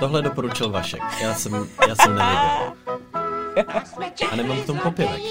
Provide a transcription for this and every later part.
Tohle doporučil Vašek. Já jsem nevěděl. A nemám k tomu popěvek.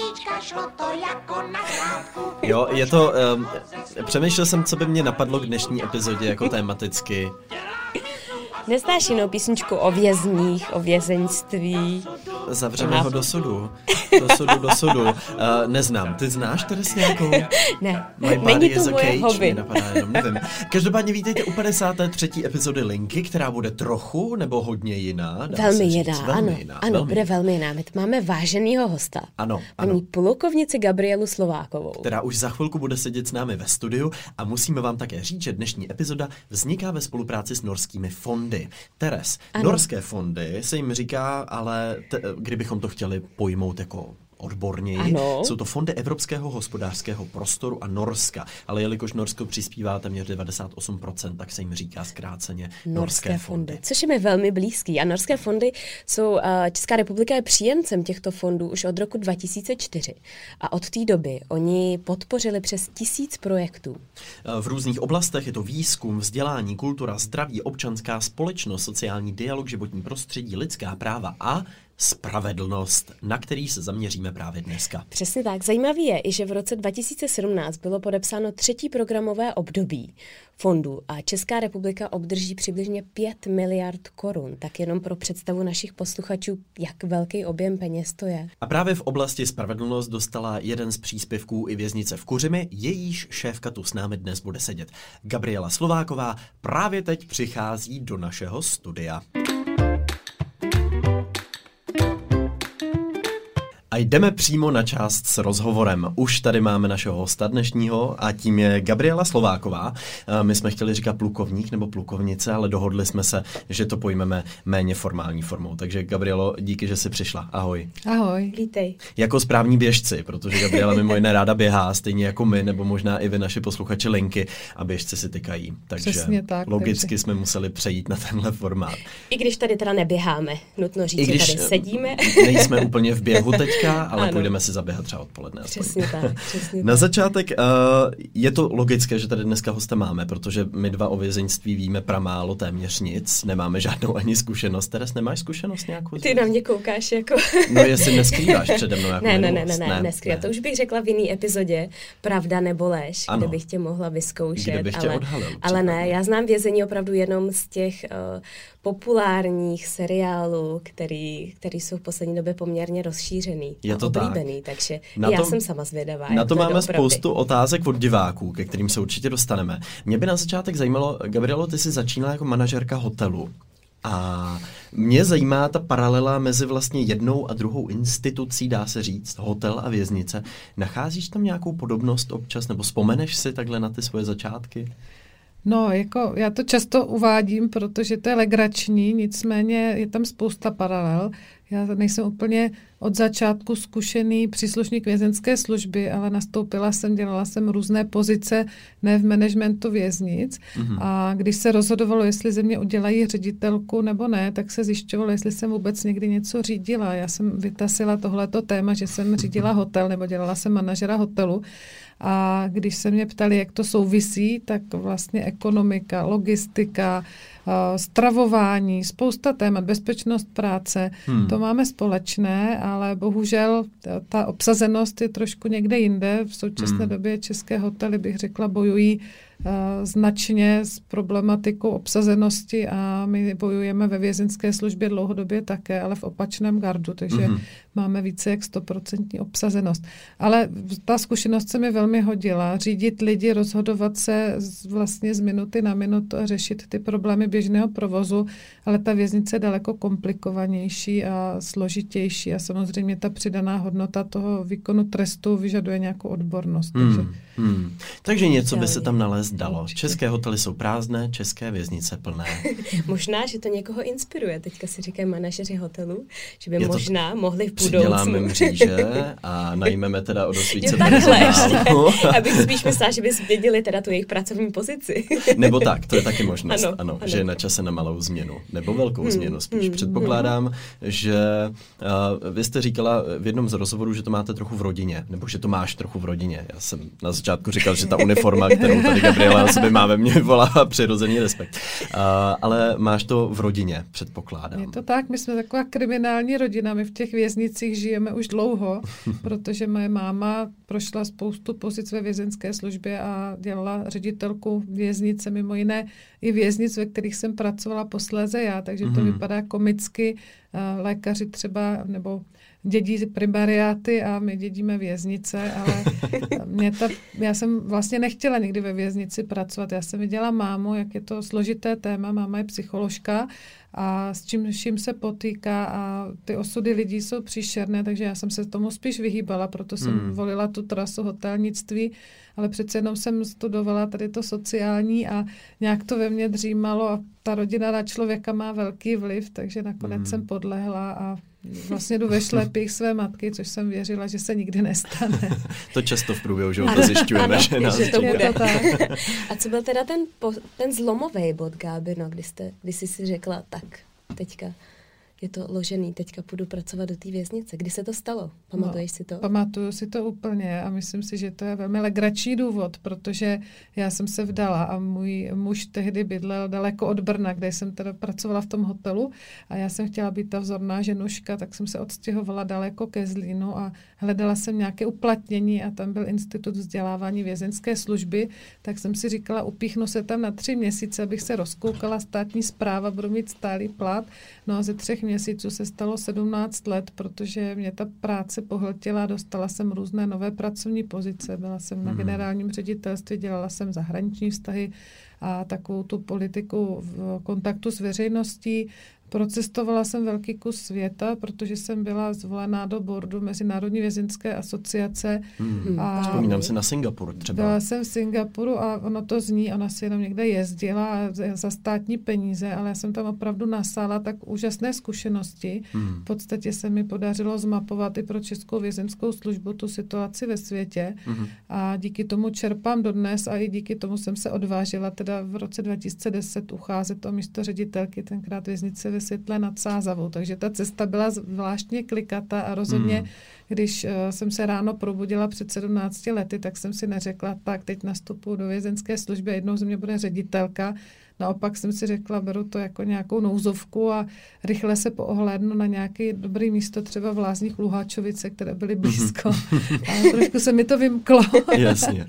Jo, je to... přemýšlel jsem, co by mě napadlo k dnešní epizodě jako tematicky. Neznáš jinou písničku o vězních, o vězeňství? Zavřeme ho do sudu. Do sudu. Neznám. Ty znáš Teres nějakou? Ne, není to moje hobby. Nevím. Každopádně vítejte u 53. epizody Linky, která bude trochu nebo hodně jiná. Velmi jiná, bude velmi jiná. My máme váženýho hosta. Ano. Paní plukovnici Gabrielu Slovákovou. Která už za chvilku bude sedět s námi ve studiu a musíme vám také říct, že dnešní epizoda vzniká ve spolupráci s norskými fondy. Teres, norské fondy se jim říká, ale kdybychom to chtěli pojmout jako odborněji, jsou to fondy Evropského hospodářského prostoru a Norska, ale jelikož Norsko přispívá téměř 98%, tak se jim říká zkráceně norské fondy. Což je mi velmi blízký. A norské fondy jsou, Česká republika je příjemcem těchto fondů už od roku 2004. A od té doby oni podpořili přes 1000 projektů. V různých oblastech je to výzkum, vzdělání, kultura, zdraví, občanská společnost, sociální dialog, životní prostředí, lidská práva a spravedlnost, na který se zaměříme právě dneska. Přesně tak. Zajímavý je i, že v roce 2017 bylo podepsáno 3. programové období fondů a Česká republika obdrží přibližně 5 miliard korun. Tak jenom pro představu našich posluchačů, jak velký objem peněz to je. A právě v oblasti spravedlnost dostala jeden z příspěvků i věznice v Kuřimi, jejíž šéfka tu s námi dnes bude sedět. Gabriela Slováková právě teď přichází do našeho studia. A jdeme přímo na část s rozhovorem. Už tady máme našeho hosta dnešního a tím je Gabriela Slováková. My jsme chtěli říkat plukovník nebo plukovnice, ale dohodli jsme se, že to pojmeme méně formální formou. Takže Gabrielo, díky, že jsi přišla. Ahoj. Ahoj. Vítej. Jako správní běžci, protože Gabriela mimo jiné ráda běhá, stejně jako my, nebo možná i vy naši posluchači Linky a běžci si tykají. Takže tak, logicky jsme museli přejít na tenhle formát. I když tady teda neběháme, nutno říct, že tady sedíme. Nejsme úplně v běhu teď, ale půjdeme si zaběhat třeba odpoledne. Přesně tak. Na začátek je to logické, že tady dneska hosta máme, protože my dva o vězeňství víme pramálo, téměř nic, nemáme žádnou ani zkušenost. Teres, nemáš zkušenost nějakou? Ty na mě koukáš jako... No jestli neskrýváš přede mnou jako Ne, neskrývám. To už bych řekla v jiný epizodě, Pravda nebo lež, kde bych tě mohla vyzkoušet. Kde bych tě odhalil. Ale ne, já znám vězení opravdu jenom z těch populárních seriálů, který jsou v poslední době poměrně rozšířený. Je to oblíbený, takže já jsem sama zvědavá. Na to máme spoustu otázek od diváků, ke kterým se určitě dostaneme. Mě by na začátek zajímalo, Gabrielo, ty jsi začínala jako manažerka hotelu. A mě zajímá ta paralela mezi vlastně jednou a druhou institucí, dá se říct, hotel a věznice. Nacházíš tam nějakou podobnost občas, nebo vzpomeneš si takhle na ty svoje začátky? No, jako já to často uvádím, protože to je legrační, nicméně je tam spousta paralel. Já nejsem úplně od začátku zkušený příslušník vězenské služby, ale dělala jsem různé pozice, ne v managementu věznic. A když se rozhodovalo, jestli ze mě udělají ředitelku nebo ne, tak se zjišťovalo, jestli jsem vůbec někdy něco řídila. Já jsem vytasila tohleto téma, že jsem řídila hotel nebo dělala jsem manažera hotelu. A když se mě ptali, jak to souvisí, tak vlastně ekonomika, logistika, stravování, spousta témat, bezpečnost práce, to máme společné, ale bohužel ta obsazenost je trošku někde jinde. V současné době české hotely, bych řekla, bojují značně s problematikou obsazenosti a my bojujeme ve vězeňské službě dlouhodobě také, ale v opačném gardu, takže máme více jak 100% obsazenost. Ale ta zkušenost se mi velmi hodila. Řídit lidi, rozhodovat se vlastně z minuty na minutu a řešit ty problémy běžného provozu, ale ta věznice je daleko komplikovanější a složitější a samozřejmě ta přidaná hodnota toho výkonu trestu vyžaduje nějakou odbornost. Takže něco by se tam nalézt dalo. České hotely jsou prázdné, české věznice plné. Možná, že to někoho inspiruje. Teďka si říkají manažeři hotelů, že by možná mohli v přiděláme mříže a najmeme teda o dost více personálu. Abych spíš myslela, že by změnili teda tu jejich pracovní pozici. Nebo tak, to je taky možnost, ano, že je na čase na malou změnu, nebo velkou změnu spíš. Předpokládám, že vy jste říkala v jednom z rozhovorů, že to máte trochu v rodině, nebo že to máš trochu v rodině. Já jsem na začátku říkal, že ta uniforma, kterou tady Gabriela o sobě má ve mně, volá přirozený respekt. Ale máš to v rodině, předpokládám. Je to tak, my jsme taková kriminální rodina, my v těch věznicích žijeme už dlouho, protože moje máma prošla spoustu pozic ve vězeňské službě a dělala ředitelku věznice, mimo jiné i věznic, ve kterých jsem pracovala posléze já, takže to vypadá komicky, lékaři třeba, nebo dědí primariáty a my dědíme věznice, ale já jsem vlastně nechtěla nikdy ve věznici pracovat. Já jsem viděla mámu, jak je to složité téma, máma je psycholožka a s čím se potýká a ty osudy lidí jsou příšerné, takže já jsem se tomu spíš vyhýbala, proto jsem volila tu trasu hotelnictví, ale přece jenom jsem studovala tady to sociální a nějak to ve mně dřímalo a ta rodina na člověka má velký vliv, takže nakonec jsem podlehla a vlastně jdu ve šlepích své matky, což jsem věřila, že se nikdy nestane. To často v průběhu života zjišťujeme, že to bude. A co byl teda ten zlomový bod, Gábi, kdy jsi si řekla, tak teďka je to ložený, teďka půjdu pracovat do té věznice. Kdy se to stalo? Pamatuješ si to? Pamatuju si to úplně a myslím si, že to je velmi legrační důvod, protože já jsem se vdala a můj muž tehdy bydlel daleko od Brna, kde jsem teda pracovala v tom hotelu a já jsem chtěla být ta vzorná ženuška, tak jsem se odstěhovala daleko ke Zlínu a hledala jsem nějaké uplatnění a tam byl Institut vzdělávání vězeňské služby, tak jsem si říkala, upíchnu se tam na 3 měsíce, abych se rozkoukala, státní správa, budu mít stálý plat. No a ze 3 měsíců se stalo 17 let, protože mě ta práce pohltila, dostala jsem různé nové pracovní pozice, byla jsem na generálním ředitelství, dělala jsem zahraniční vztahy a takovou tu politiku v kontaktu s veřejností. Procestovala jsem velký kus světa, protože jsem byla zvolená do boardu Mezinárodní vězeňské asociace. Vzpomínám se na Singapur třeba. Byla jsem v Singapuru a ono to zní, ona si jenom někde jezdila za státní peníze, ale já jsem tam opravdu nasála tak úžasné zkušenosti. V podstatě se mi podařilo zmapovat i pro Českou vězeňskou službu tu situaci ve světě a díky tomu čerpám dodnes a i díky tomu jsem se odvážila teda v roce 2010 ucházet o místo ředitelky, tenkrát věznice ve Světle nad Sázavou. Takže ta cesta byla zvláštně klikatá a rozhodně, když jsem se ráno probudila před 17 lety, tak jsem si neřekla, tak teď nastupuji do vězeňské služby a jednou ze mě bude ředitelka. Naopak jsem si řekla, beru to jako nějakou nouzovku a rychle se poohlédnu na nějaké dobré místo, třeba v Lázních Luháčovice, které byly blízko. A trošku se mi to vymklo. Jasně.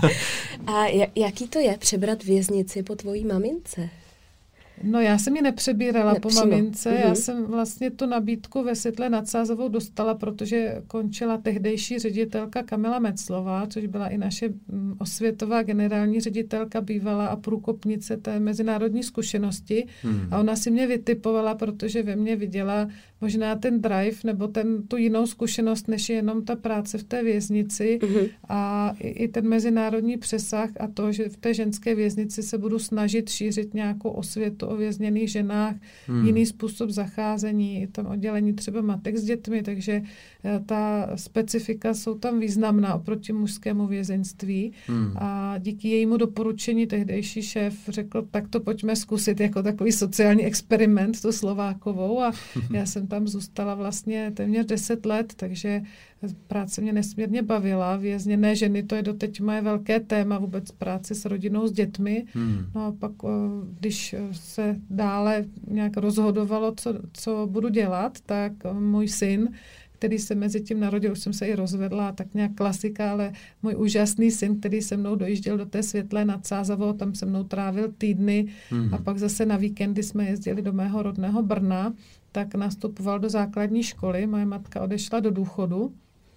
A jaký to je přebrat věznici po tvojí mamince? No já jsem ji nepřebírala po mamince, já jsem vlastně tu nabídku ve Světle nad Sázavou dostala, protože končila tehdejší ředitelka Kamila Meclová, což byla i naše osvětová generální ředitelka bývalá a průkopnice té mezinárodní zkušenosti a ona si mě vytipovala, protože ve mně viděla možná ten drive nebo tu jinou zkušenost, než je jenom ta práce v té věznici a i ten mezinárodní přesah a to, že v té ženské věznici se budu snažit šířit nějakou osvětu o vězněných ženách, jiný způsob zacházení, tam oddělení třeba matek s dětmi, takže ta specifika jsou tam významná oproti mužskému vězeňství a díky jejímu doporučení tehdejší šéf řekl, tak to pojďme zkusit jako takový sociální experiment, tu Slovákovou a já jsem tam zůstala vlastně téměř 10 let, takže práce mě nesmírně bavila. Vězněné ženy, to je doteď moje velké téma, vůbec práce s rodinou, s dětmi. No a pak, když se dále nějak rozhodovalo, co budu dělat, tak můj syn, který se mezi tím narodil, už jsem se i rozvedla, tak nějak klasika, ale můj úžasný syn, který se mnou dojížděl do té Světlé nad Sázavou, tam se mnou trávil týdny a pak zase na víkendy jsme jezdili do mého rodného Brna, tak nastupoval do základní školy, moje matka odešla do důchodu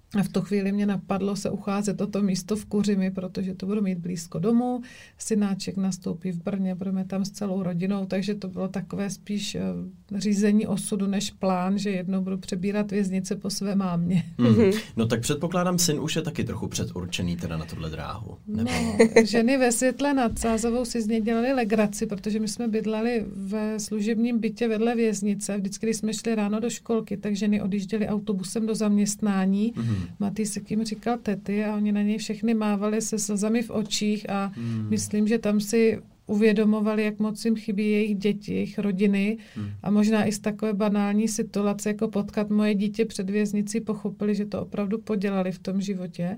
A v tu chvíli mě napadlo se ucházet o to místo v Kuřimi, protože to budu mít blízko domů. Synáček nastoupí v Brně, budeme tam s celou rodinou, takže to bylo takové spíš řízení osudu než plán, že jednou budu přebírat věznice po své mámě. No tak předpokládám, syn už je taky trochu předurčený teda na tuhle dráhu. Nebo... No, ženy ve Světle nad Sázavou si z něj dělali legraci, protože my jsme bydleli ve služebním bytě vedle věznice. Vždycky, když jsme šli ráno do školky, tak ženy odjížděly autobusem do zaměstnání. Matýsek jim říkal tety a oni na něj všechny mávali se slzami v očích a myslím, že tam si uvědomovali, jak moc jim chybí jejich děti, jejich rodiny a možná i z takové banální situace, jako potkat moje dítě před věznicí, pochopili, že to opravdu podělali v tom životě.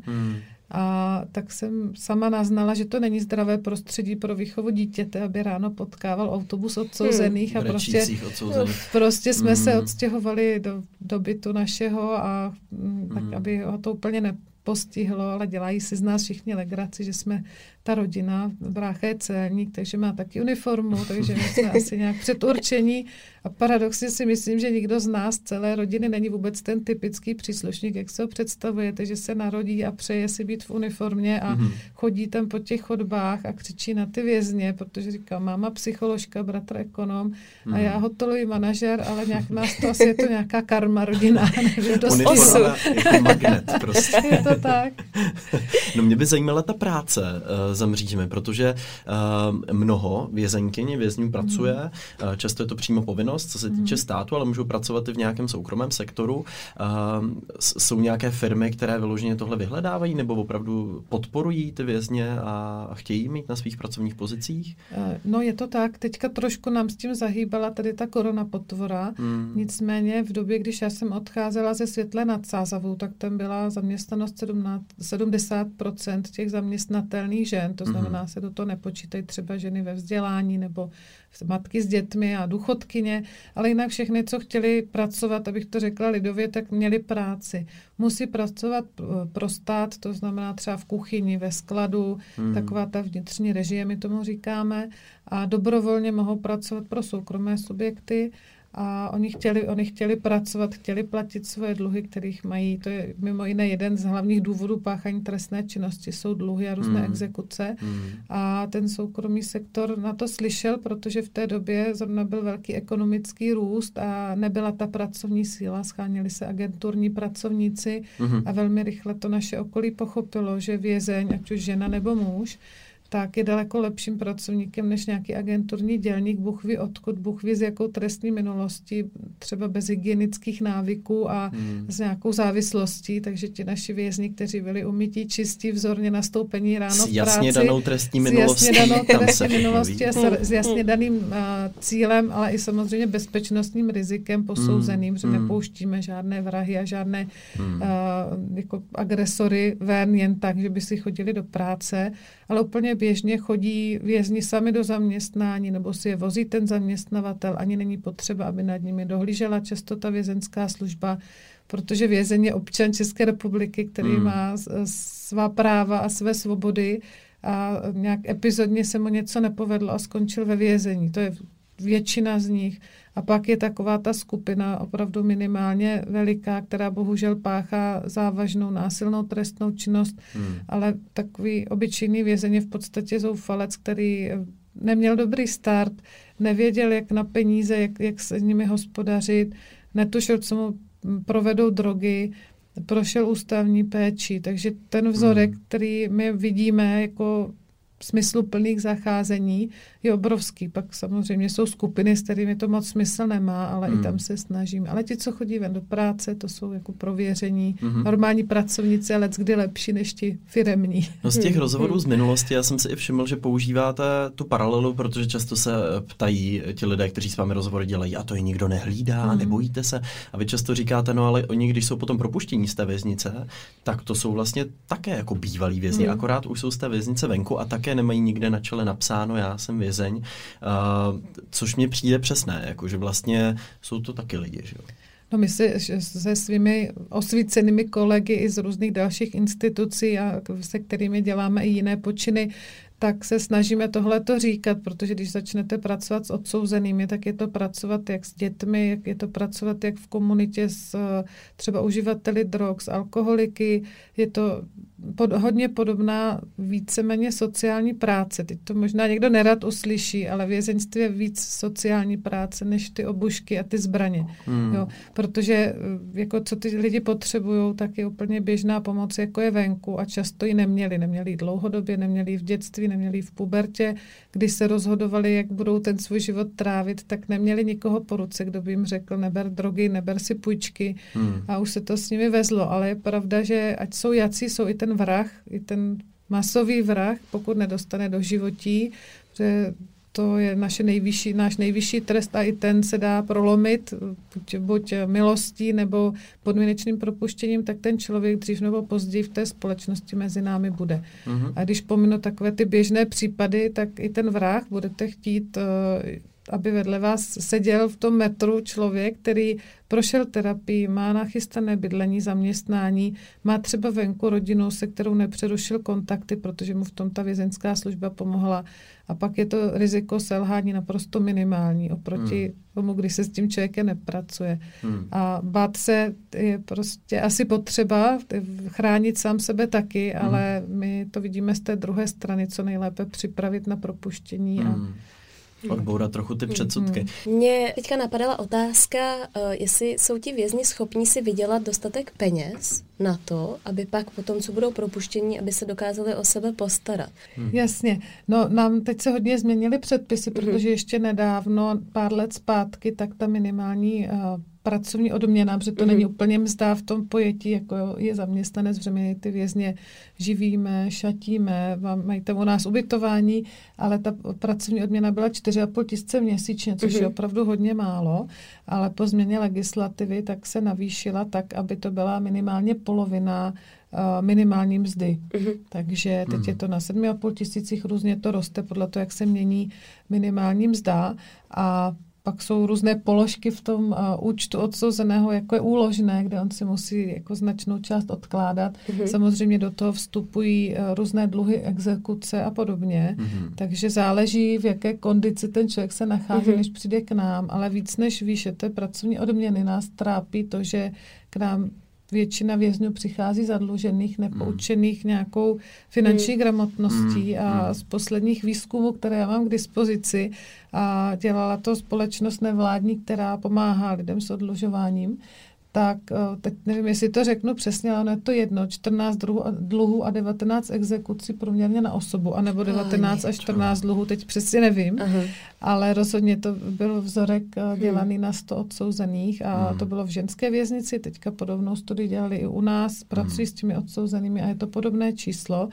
A tak jsem sama naznala, že to není zdravé prostředí pro výchovu dítěte, aby ráno potkával autobus odsouzených a prostě jsme se odstěhovali do bytu našeho a tak, aby ho to úplně nepostihlo, ale dělají si z nás všichni legraci, že jsme ta rodina, brácha je celník, takže má taky uniformu, takže my jsme asi nějak předurčení a paradoxně si myslím, že nikdo z nás, celé rodiny, není vůbec ten typický příslušník, jak se ho představujete, že se narodí a přeje si být v uniformě a chodí tam po těch chodbách a křičí na ty vězně, protože říká, máma psycholožka, bratr ekonom a já hotelový manažer, ale nějak nás to asi je to nějaká karma rodina. Uniforma jako magnet prostě. Je to tak. No mě by zajímala ta práce za mřížemi, protože mnoho vězenkyň, vězňů pracuje, často je to přímo povinnost, co se týče státu, ale můžou pracovat i v nějakém soukromém sektoru. Jsou nějaké firmy, které vyloženě tohle vyhledávají nebo opravdu podporují ty vězně a chtějí mít na svých pracovních pozicích? No je to tak, teďka trošku nám s tím zahýbala tady ta korona potvora, nicméně v době, když já jsem odcházela ze Světle nad Sázavou, tak tam byla zaměstnanost 70% těch zaměstnatelných žen, to znamená, se do toho nepočítají třeba ženy ve vzdělání nebo matky s dětmi a důchodkyně, ale jinak všechny, co chtěli pracovat, abych to řekla lidově, tak měli práci. Musí pracovat pro stát, to znamená třeba v kuchyni, ve skladu, taková ta vnitřní režie, my tomu říkáme, a dobrovolně mohou pracovat pro soukromé subjekty. A oni chtěli pracovat, chtěli platit svoje dluhy, kterých mají. To je mimo jiné jeden z hlavních důvodů páchání trestné činnosti. Jsou dluhy a různé exekuce. A ten soukromý sektor na to slyšel, protože v té době zrovna byl velký ekonomický růst a nebyla ta pracovní síla, scháněli se agenturní pracovníci a velmi rychle to naše okolí pochopilo, že vězeň, ať už žena nebo muž, tak je daleko lepším pracovníkem než nějaký agenturní dělník, Bůh ví odkud, Bůh ví z jakou trestní minulostí, třeba bez hygienických návyků a s nějakou závislostí, takže ti naši vězni, kteří byli umytí, čistí, vzorně nastoupení ráno v práci. S jasně danou trestní minulostí. A s jasně daným cílem, ale i samozřejmě bezpečnostním rizikem posouzeným, že nepouštíme žádné vrahy a žádné jako agresory ven jen tak, že by si chodili do práce, ale úplně běžně chodí vězni sami do zaměstnání nebo si je vozí ten zaměstnavatel. Ani není potřeba, aby nad nimi dohlížela často ta vězenská služba, protože vězeň je občan České republiky, který má svá práva a své svobody a nějak epizodně se mu něco nepovedlo a skončil ve vězení. To je většina z nich. A pak je taková ta skupina opravdu minimálně veliká, která bohužel páchá závažnou násilnou trestnou činnost, ale takový obyčejný vězeň je v podstatě zoufalec, který neměl dobrý start, nevěděl, jak na peníze, jak se s nimi hospodařit, netušil, co mu provedou drogy, prošel ústavní péči. Takže ten vzorek, který my vidíme jako smysluplných zacházení, je obrovský. Pak samozřejmě jsou skupiny, s kterými to moc smysl nemá, ale i tam se snažím. Ale ti, co chodí ven do práce, to jsou jako prověření, normální pracovníci, ale kdy lepší než ti firemní. No z těch rozhovorů z minulosti já jsem si i všiml, že používáte tu paralelu, protože často se ptají ti lidé, kteří s vámi rozhovory dělají, a to je nikdo nehlídá, nebojíte se. A vy často říkáte, no ale oni, když jsou potom propuštění z té věznice, tak to jsou vlastně také jako bývalí vězni, akorát už jsou z té věznice venku a také nemají nikde na čele napsáno, já jsem vězeň, což mně přijde přesné, jako že vlastně jsou to taky lidi, že jo? No my se svými osvícenými kolegy i z různých dalších institucí, a se kterými děláme i jiné počiny, tak se snažíme tohleto říkat, protože když začnete pracovat s odsouzenými, tak je to pracovat jak s dětmi, jak je to pracovat jak v komunitě s třeba uživateli drog, s alkoholiky. Je to hodně podobná víceméně sociální práce. Teď to možná někdo nerad uslyší, ale vězeňství je víc sociální práce než ty obušky a ty zbraně. Jo, protože jako co ty lidi potřebují, tak je úplně běžná pomoc, jako je venku a často ji neměli. Neměli ji dlouhodobě, neměli ji v dětství, neměli ji v pubertě. Když se rozhodovali, jak budou ten svůj život trávit, tak neměli nikoho po ruce, kdo by jim řekl, neber drogy, neber si půjčky a už se to s nimi vezlo. Ale je pravda, že ať jsou jací, jsou i ten vrah, i ten masový vrah, pokud nedostane do životí, že to je náš nejvyšší trest a i ten se dá prolomit, buď milostí nebo podmínečným propuštěním, tak ten člověk dřív nebo později v té společnosti mezi námi bude. A když pominu takové ty běžné případy, tak i ten vrah budete chtít, aby vedle vás seděl v tom metru člověk, který prošel terapii, má nachystané bydlení, zaměstnání, má třeba venku rodinu, se kterou nepřerušil kontakty, protože mu v tom ta vězeňská služba pomohla. A pak je to riziko selhání naprosto minimální oproti tomu, když se s tím člověkem nepracuje. A bát se je prostě asi potřeba, chránit sám sebe taky, ale my to vidíme z té druhé strany, co nejlépe připravit na propuštění a odbourat trochu ty předsudky. Mně teďka napadala otázka, jestli jsou ti vězni schopní si vydělat dostatek peněz na to, aby pak potom, co budou propuštění, aby se dokázali o sebe postarat. Jasně. No, nám teď se hodně změnily předpisy, protože ještě nedávno, pár let zpátky, tak ta minimální pracovní odměna, protože to není úplně mzda v tom pojetí, jako je zaměstnanec, protože my ty vězně živíme, šatíme, mají tam u nás ubytování, ale ta pracovní odměna byla 4,5 tisíce měsíčně, což je opravdu hodně málo, ale po změně legislativy tak se navýšila tak, aby to byla minimálně polovina minimální mzdy. Takže teď je to na 7,5 tisících, různě to roste podle toho, jak se mění minimální mzda a pak jsou různé položky v tom účtu odsouzeného, jako je úložné, kde on si musí jako značnou část odkládat. Samozřejmě do toho vstupují různé dluhy, exekuce a podobně. Takže záleží, v jaké kondici ten člověk se nachází, než přijde k nám. Ale víc než výše té pracovní odměny nás trápí to, že k nám většina vězňů přichází zadlužených, nepoučených nějakou finanční gramotností a z posledních výzkumů, které já mám k dispozici, a dělala to společnost nevládní, která pomáhá lidem s oddlužováním, tak teď nevím, jestli to řeknu přesně, ale ono je to jedno, 14 dluhů a 19 exekucí průměrně na osobu, anebo 19 až 14 dluhů, teď přesně nevím, ale rozhodně to byl vzorek dělaný na 100 odsouzených a to bylo v ženské věznici, teďka podobnou studii dělali i u nás, pracují s těmi odsouzenými a je to podobné číslo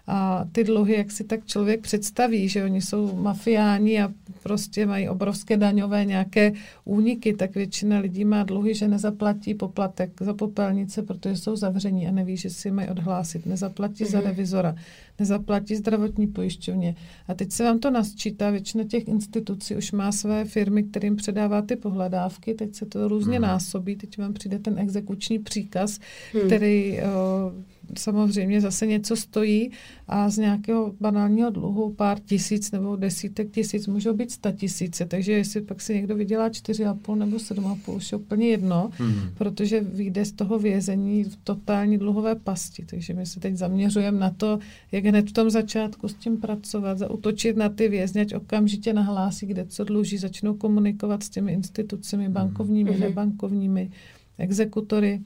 a ty dluhy, jak si tak člověk představí, že oni jsou mafiáni a prostě mají obrovské daňové nějaké úniky, tak většina lidí má dluhy, že nezaplatí poplatek za popelnice, protože jsou zavření a neví, že si mají odhlásit. Nezaplatí za revizora, nezaplatí zdravotní pojišťovně. A teď se vám to nasčítá, většina těch institucí už má své firmy, kterým předává ty pohledávky, teď se to různě násobí, teď vám přijde ten exekuční příkaz, který samozřejmě zase něco stojí a z nějakého banálního dluhu pár tisíc nebo desítek tisíc můžou být 100 tisíce, takže jestli pak si někdo vydělá 4,5 nebo 7,5, už je úplně jedno, protože vyjde z toho vězení v totální dluhové pasti, takže my se teď zaměřujeme na to, jak hned v tom začátku s tím pracovat, zaútočit na ty vězně, ať okamžitě nahlásí, kde co dluží, začnou komunikovat s těmi institucemi bankovními, nebankovními, exekutory,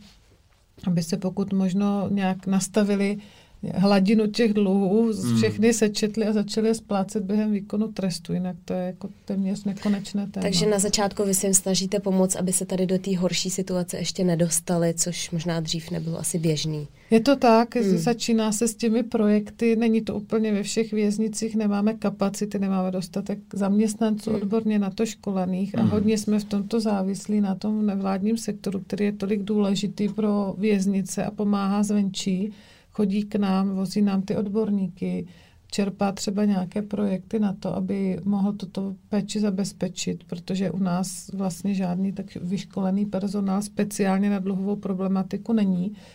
aby se pokud možno nějak nastavili hladinu těch dluhů, všechny sečetli a začali je splácet během výkonu trestu, jinak to je jako téměř nekonečné téma. Takže na začátku vy se jim snažíte pomoct, aby se tady do té horší situace ještě nedostali, což možná dřív nebylo asi běžný. Je to tak, začíná se s těmi projekty, není to úplně ve všech věznicích, nemáme kapacity, nemáme dostatek zaměstnanců odborně na to školených a hodně jsme v tomto závislí na tom nevládním sektoru, který je tolik důležitý pro věznice a pomáhá zvenčí. Chodí k nám, vozí nám ty odborníky, čerpá třeba nějaké projekty na to, aby mohl tuto péči zabezpečit, protože u nás vlastně žádný tak vyškolený personál speciálně na dluhovou problematiku není,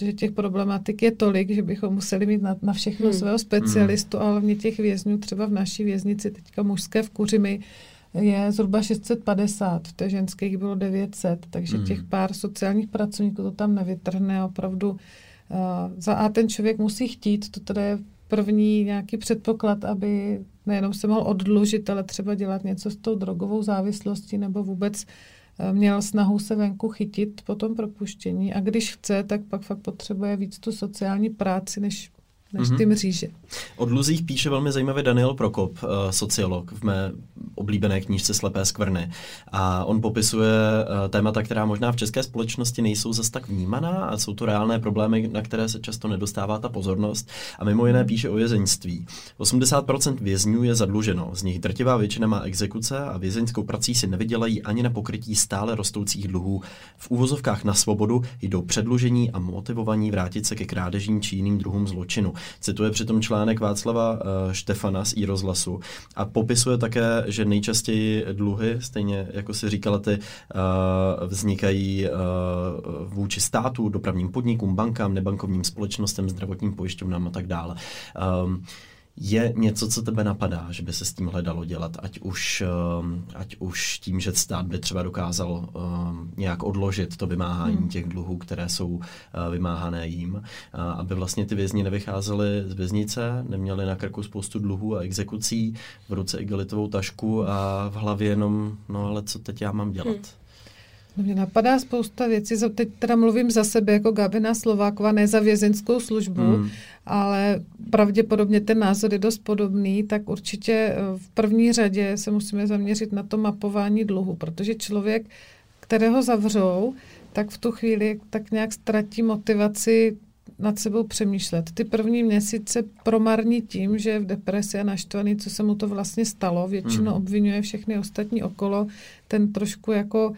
protože těch problematik je tolik, že bychom museli mít na všechno svého specialistu, ale hlavně těch vězňů třeba v naší věznici, teďka mužské v Kuřimi, je zhruba 650, v té ženské jich bylo 900, takže těch pár sociálních pracovníků to tam nevytrhne opravdu. A ten člověk musí chtít, to teda je první nějaký předpoklad, aby nejenom se mohl oddlužit, ale třeba dělat něco s tou drogovou závislostí nebo vůbec měl snahu se venku chytit po tom propuštění. A když chce, tak pak fakt potřebuje víc tu sociální práci, než ty mříže. O dluzích píše velmi zajímavě Daniel Prokop, sociolog, v mé oblíbené knížce Slepé skvrny. A on popisuje témata, která možná v české společnosti nejsou zas tak vnímaná a jsou to reálné problémy, na které se často nedostává ta pozornost. A mimo jiné píše o vězeňství. 80% vězňů je zadluženo, z nich drtivá většina má exekuce a vězeňskou prací si nevydělají ani na pokrytí stále rostoucích dluhů. V úvozovkách na svobodu jdou předlužení a motivovaní vrátit se ke krádežím či jiným druhům zločinu. Cituje přitom článek Václava Štefana z iRozhlasu a popisuje také, že nejčastěji dluhy, stejně jako si říkala ty, vznikají vůči státu, dopravním podnikům, bankám, nebankovním společnostem, zdravotním pojišťovnám a tak dále. Je něco, co tebe napadá, že by se s tímhle dalo dělat, ať už tím, že stát by třeba dokázal nějak odložit to vymáhání těch dluhů, které jsou vymáhané jim, aby vlastně ty vězni nevycházeli z věznice, neměli na krku spoustu dluhů a exekucí, v ruce igelitovou tašku a v hlavě jenom, no ale co teď já mám dělat? Mně napadá spousta věcí, teď teda mluvím za sebe jako Gabina Slováková, ne za vězeňskou službu, ale pravděpodobně ten názor je dost podobný, tak určitě v první řadě se musíme zaměřit na to mapování dluhu, protože člověk, kterého zavřou, tak v tu chvíli tak nějak ztratí motivaci nad sebou přemýšlet. Ty první měsíce promarní tím, že je v depresi a naštvaný, co se mu to vlastně stalo, většinou obvinuje všechny ostatní okolo, ten trošku jako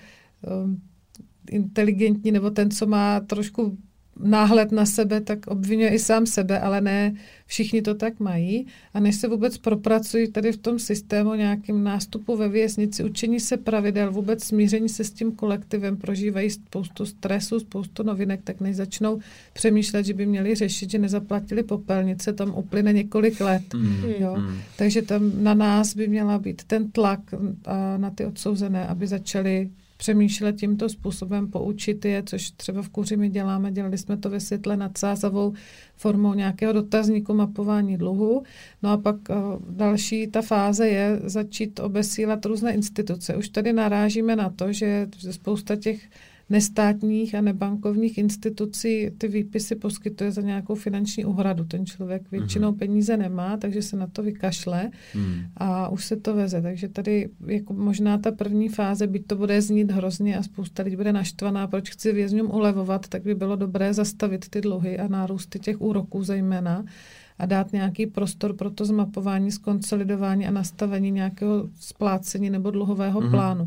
inteligentní, nebo ten, co má trošku náhled na sebe, tak obvinuje i sám sebe, ale ne všichni to tak mají. A než se vůbec propracují tady v tom systému nějakým nástupu ve věznici, učení se pravidel, vůbec smíření se s tím kolektivem, prožívají spoustu stresu, spoustu novinek, tak než začnou přemýšlet, že by měli řešit, že nezaplatili popelnice, tam uplyne několik let. Jo? Takže tam na nás by měla být ten tlak na ty odsouzené, aby začali přemýšlet tímto způsobem, poučit je, což třeba v Kuřimi děláme, dělali jsme to ve světle nad Sázavou formou nějakého dotazníku mapování dluhu. No a pak další ta fáze je začít obesílat různé instituce. Už tady narážíme na to, že spousta těch nestátních a nebankovních institucí ty výpisy poskytuje za nějakou finanční úhradu. Ten člověk většinou peníze nemá, takže se na to vykašle a už se to veze. Takže tady jako možná ta první fáze, byť to bude znít hrozně a spousta lidí bude naštvaná, proč chci vězňům ulevovat, tak by bylo dobré zastavit ty dluhy a nárůsty těch úroků zejména a dát nějaký prostor pro to zmapování, zkonsolidování a nastavení nějakého splácení nebo dluhového plánu.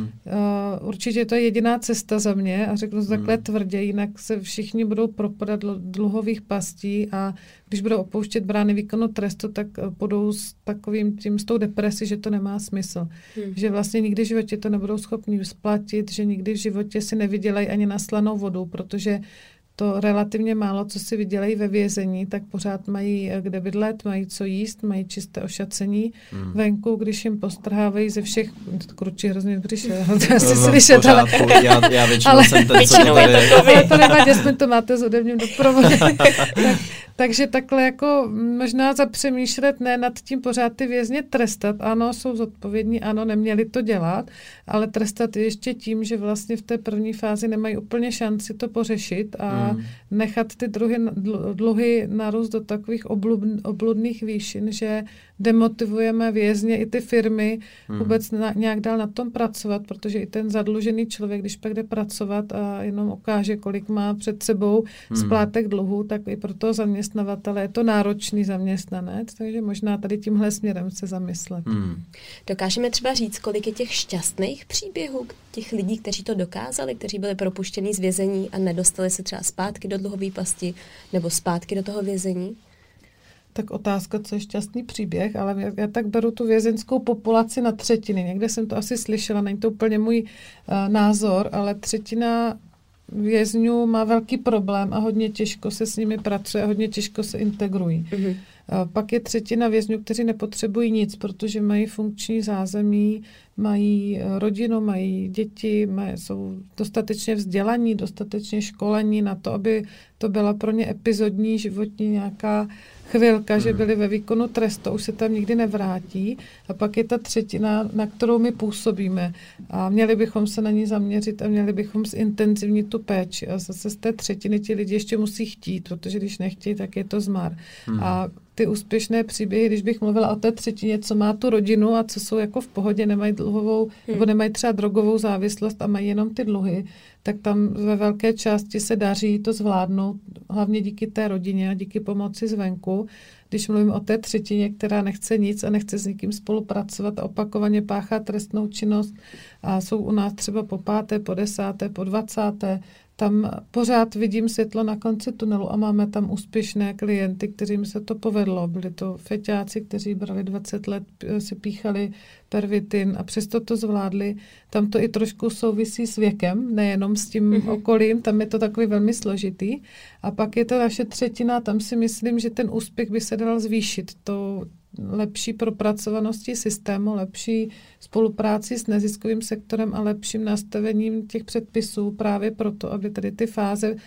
Určitě to je jediná cesta za mě a řeknu to takhle tvrdě, jinak se všichni budou propadat do dluhových pastí a když budou opouštět brány výkonu trestu, tak budou s takovým tím, s tou depresí, že to nemá smysl. Že vlastně nikdy v životě to nebudou schopni splatit, že nikdy v životě si nevydělají ani na slanou vodu, protože to relativně málo, co si vydělají ve vězení, tak pořád mají kde bydlet, mají co jíst, mají čisté ošacení venku, když jim postrhávají ze všech, kručí hrozně přišel, to asi slyšet, ale... Já většinou jsem ten, co ale to nevadí, jsme to máte s hudebním doprovodem. Takže takhle jako možná zapřemýšlet, ne nad tím pořád ty vězně trestat, ano, jsou zodpovědní, ano, neměli to dělat, ale trestat ještě tím, že vlastně v té první fázi nemají úplně šanci to pořešit a nechat ty dluhy narůst do takových obludných výšin, že demotivujeme vězně i ty firmy vůbec nějak dál na tom pracovat, protože i ten zadlužený člověk, když pak jde pracovat a jenom ukáže, kolik má před sebou splátek dluhu, tak i pro toho zaměstnavatele je to náročný zaměstnanec, takže možná tady tímhle směrem se zamyslet. Dokážeme třeba říct, kolik je těch šťastných příběhů, těch lidí, kteří to dokázali, kteří byli propuštěni z vězení a nedostali se třeba zpátky do dluhové pasti nebo zpátky do toho vězení? Tak otázka, co je šťastný příběh, ale já tak beru tu vězeňskou populaci na třetiny. Někde jsem to asi slyšela, není to úplně můj názor, ale třetina vězňů má velký problém a hodně těžko se s nimi pracuje a hodně těžko se integrují. Pak je 1/3 vězňů, kteří nepotřebují nic, protože mají funkční zázemí, mají rodinu, mají děti, jsou dostatečně vzdělaní, dostatečně školení na to, aby to byla pro ně epizodní životní nějaká chvilka, že byli ve výkonu trestu, už se tam nikdy nevrátí. A pak je ta 1/3, na kterou my působíme. A měli bychom se na ní zaměřit a měli bychom zintenzivnit tu péči. A zase z té 1/3 ti lidi ještě musí chtít, protože když nechtějí, tak je to zmar. A ty úspěšné příběhy, když bych mluvila o té 1/3, co má tu rodinu a co jsou jako v pohodě, nemají dluhovou, nebo nemají třeba drogovou závislost a mají jenom ty dluhy, tak tam ve velké části se daří to zvládnout, hlavně díky té rodině a díky pomoci zvenku. Když mluvím o té 1/3, která nechce nic a nechce s někým spolupracovat a opakovaně páchá trestnou činnost a jsou u nás třeba po 5., po 10., po 20., tam pořád vidím světlo na konci tunelu a máme tam úspěšné klienty, kterým se to povedlo. Byli to feťáci, kteří brali 20 let, si píchali pervitin a přesto to zvládli. Tam to i trošku souvisí s věkem, nejenom s tím okolím, tam je to takový velmi složitý. A pak je to naše 1/3, tam si myslím, že ten úspěch by se dal zvýšit. To lepší propracovaností systému, lepší spolupráci s neziskovým sektorem a lepším nastavením těch předpisů právě proto, aby tady ty fáze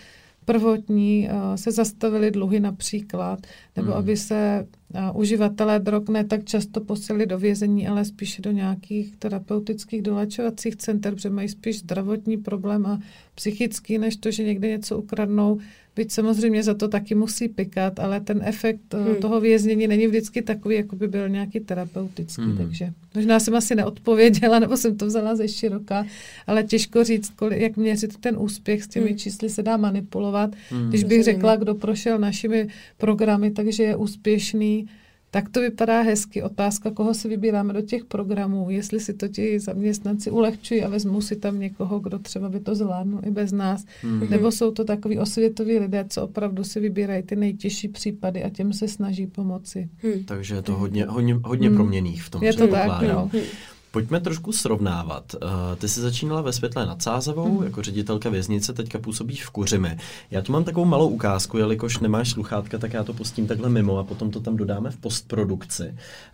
prvotní se zastavily dluhy například, nebo aby se uživatelé drog ne tak často posílali do vězení, ale spíše do nějakých terapeutických doléčovacích center, protože mají spíš zdravotní problém a psychický, než to, že někde něco ukradnou. Byť samozřejmě za to taky musí pikat, ale ten efekt toho věznění není vždycky takový, jako by byl nějaký terapeutický. Takže možná jsem asi neodpověděla, nebo jsem to vzala ze široka, ale těžko říct, jak měřit ten úspěch, s těmi čísly se dá manipulovat. Když bych řekla, kdo prošel našimi programy, takže je úspěšný, tak to vypadá hezky. Otázka, koho si vybíráme do těch programů, jestli si to ti zaměstnanci ulehčují a vezmou si tam někoho, kdo třeba by to zvládnul i bez nás. Nebo jsou to takový osvětoví lidé, co opravdu si vybírají ty nejtěžší případy a těm se snaží pomoci. Takže je to hodně proměnných v tom. Je to tak, no. Pojďme trošku srovnávat. Ty jsi začínala ve Světlé nad Sázavou, jako ředitelka věznice, teďka působíš v Kuřimi. Já tu mám takovou malou ukázku, jelikož nemáš sluchátka, tak já to pustím takhle mimo a potom to tam dodáme v postprodukci,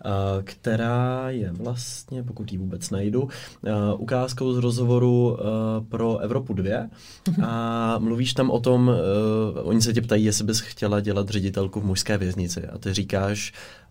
která je vlastně, pokud ji vůbec najdu, ukázkou z rozhovoru pro Evropu 2 a mluvíš tam o tom, oni se tě ptají, jestli bys chtěla dělat ředitelku v mužské věznici a ty říkáš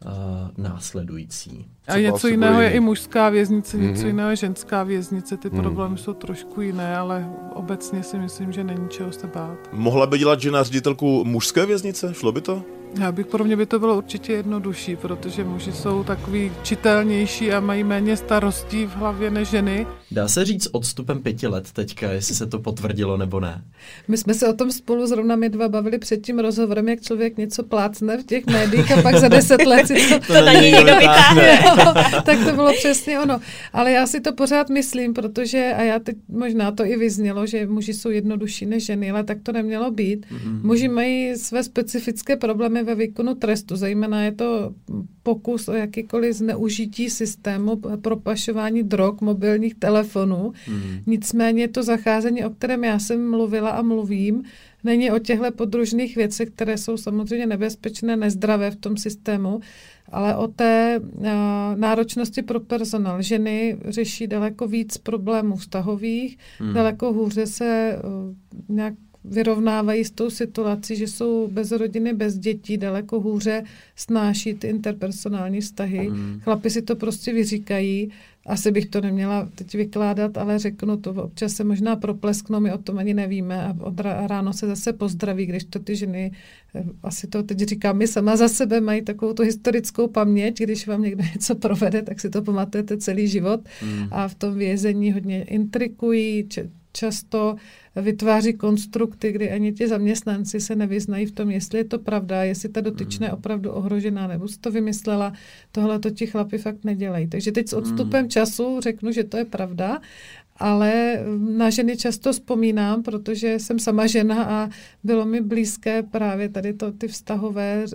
následující. A něco jiného je i mužská věznice, něco jiného je ženská věznice, ty problémy jsou trošku jiné, ale obecně si myslím, že není čeho se bát. Mohla by dělat žena ředitelku mužské věznice? Šlo by to? Pro mě by to bylo určitě jednodušší, protože muži jsou takový čitelnější a mají méně starostí v hlavě než ženy. Dá se říct odstupem 5 let teďka, jestli se to potvrdilo nebo ne? My jsme se o tom spolu zrovna my dva bavili před tím rozhovorem, jak člověk něco plácne v těch médiích a pak za 10 let si to na něj někdo vytáhne. Tak to bylo přesně ono. Ale já si to pořád myslím, protože, a já teď možná to i vyznělo, že muži jsou jednodušší než ženy, ale tak to nemělo být. Muži mají své specifické problémy ve výkonu trestu. Zejména je to pokus o jakýkoliv zneužití systému, propašování drog, mobilních telefonů. Nicméně to zacházení, o kterém já jsem mluvila a mluvím, není o těchto podružných věcech, které jsou samozřejmě nebezpečné, nezdravé v tom systému, ale o té náročnosti pro personál. Ženy řeší daleko víc problémů vztahových, daleko hůře se nějak vyrovnávají s tou situací, že jsou bez rodiny, bez dětí, daleko hůře snáší ty interpersonální vztahy. Chlapi si to prostě vyříkají. Asi bych to neměla teď vykládat, ale řeknu to. Občas se možná proplesknou, my o tom ani nevíme a ráno se zase pozdraví, když to ty ženy, asi to teď říkám, my sama za sebe mají takovou tu historickou paměť, když vám někdo něco provede, tak si to pamatujete celý život a v tom vězení hodně intrikují, často vytváří konstrukty, kdy ani ti zaměstnanci se nevyznají v tom, jestli je to pravda, jestli ta dotyčná je opravdu ohrožená, nebo si to vymyslela. Tohle to ti chlapi fakt nedělají. Takže teď s odstupem času řeknu, že to je pravda, ale na ženy často vzpomínám, protože jsem sama žena a bylo mi blízké právě tady ty vztahové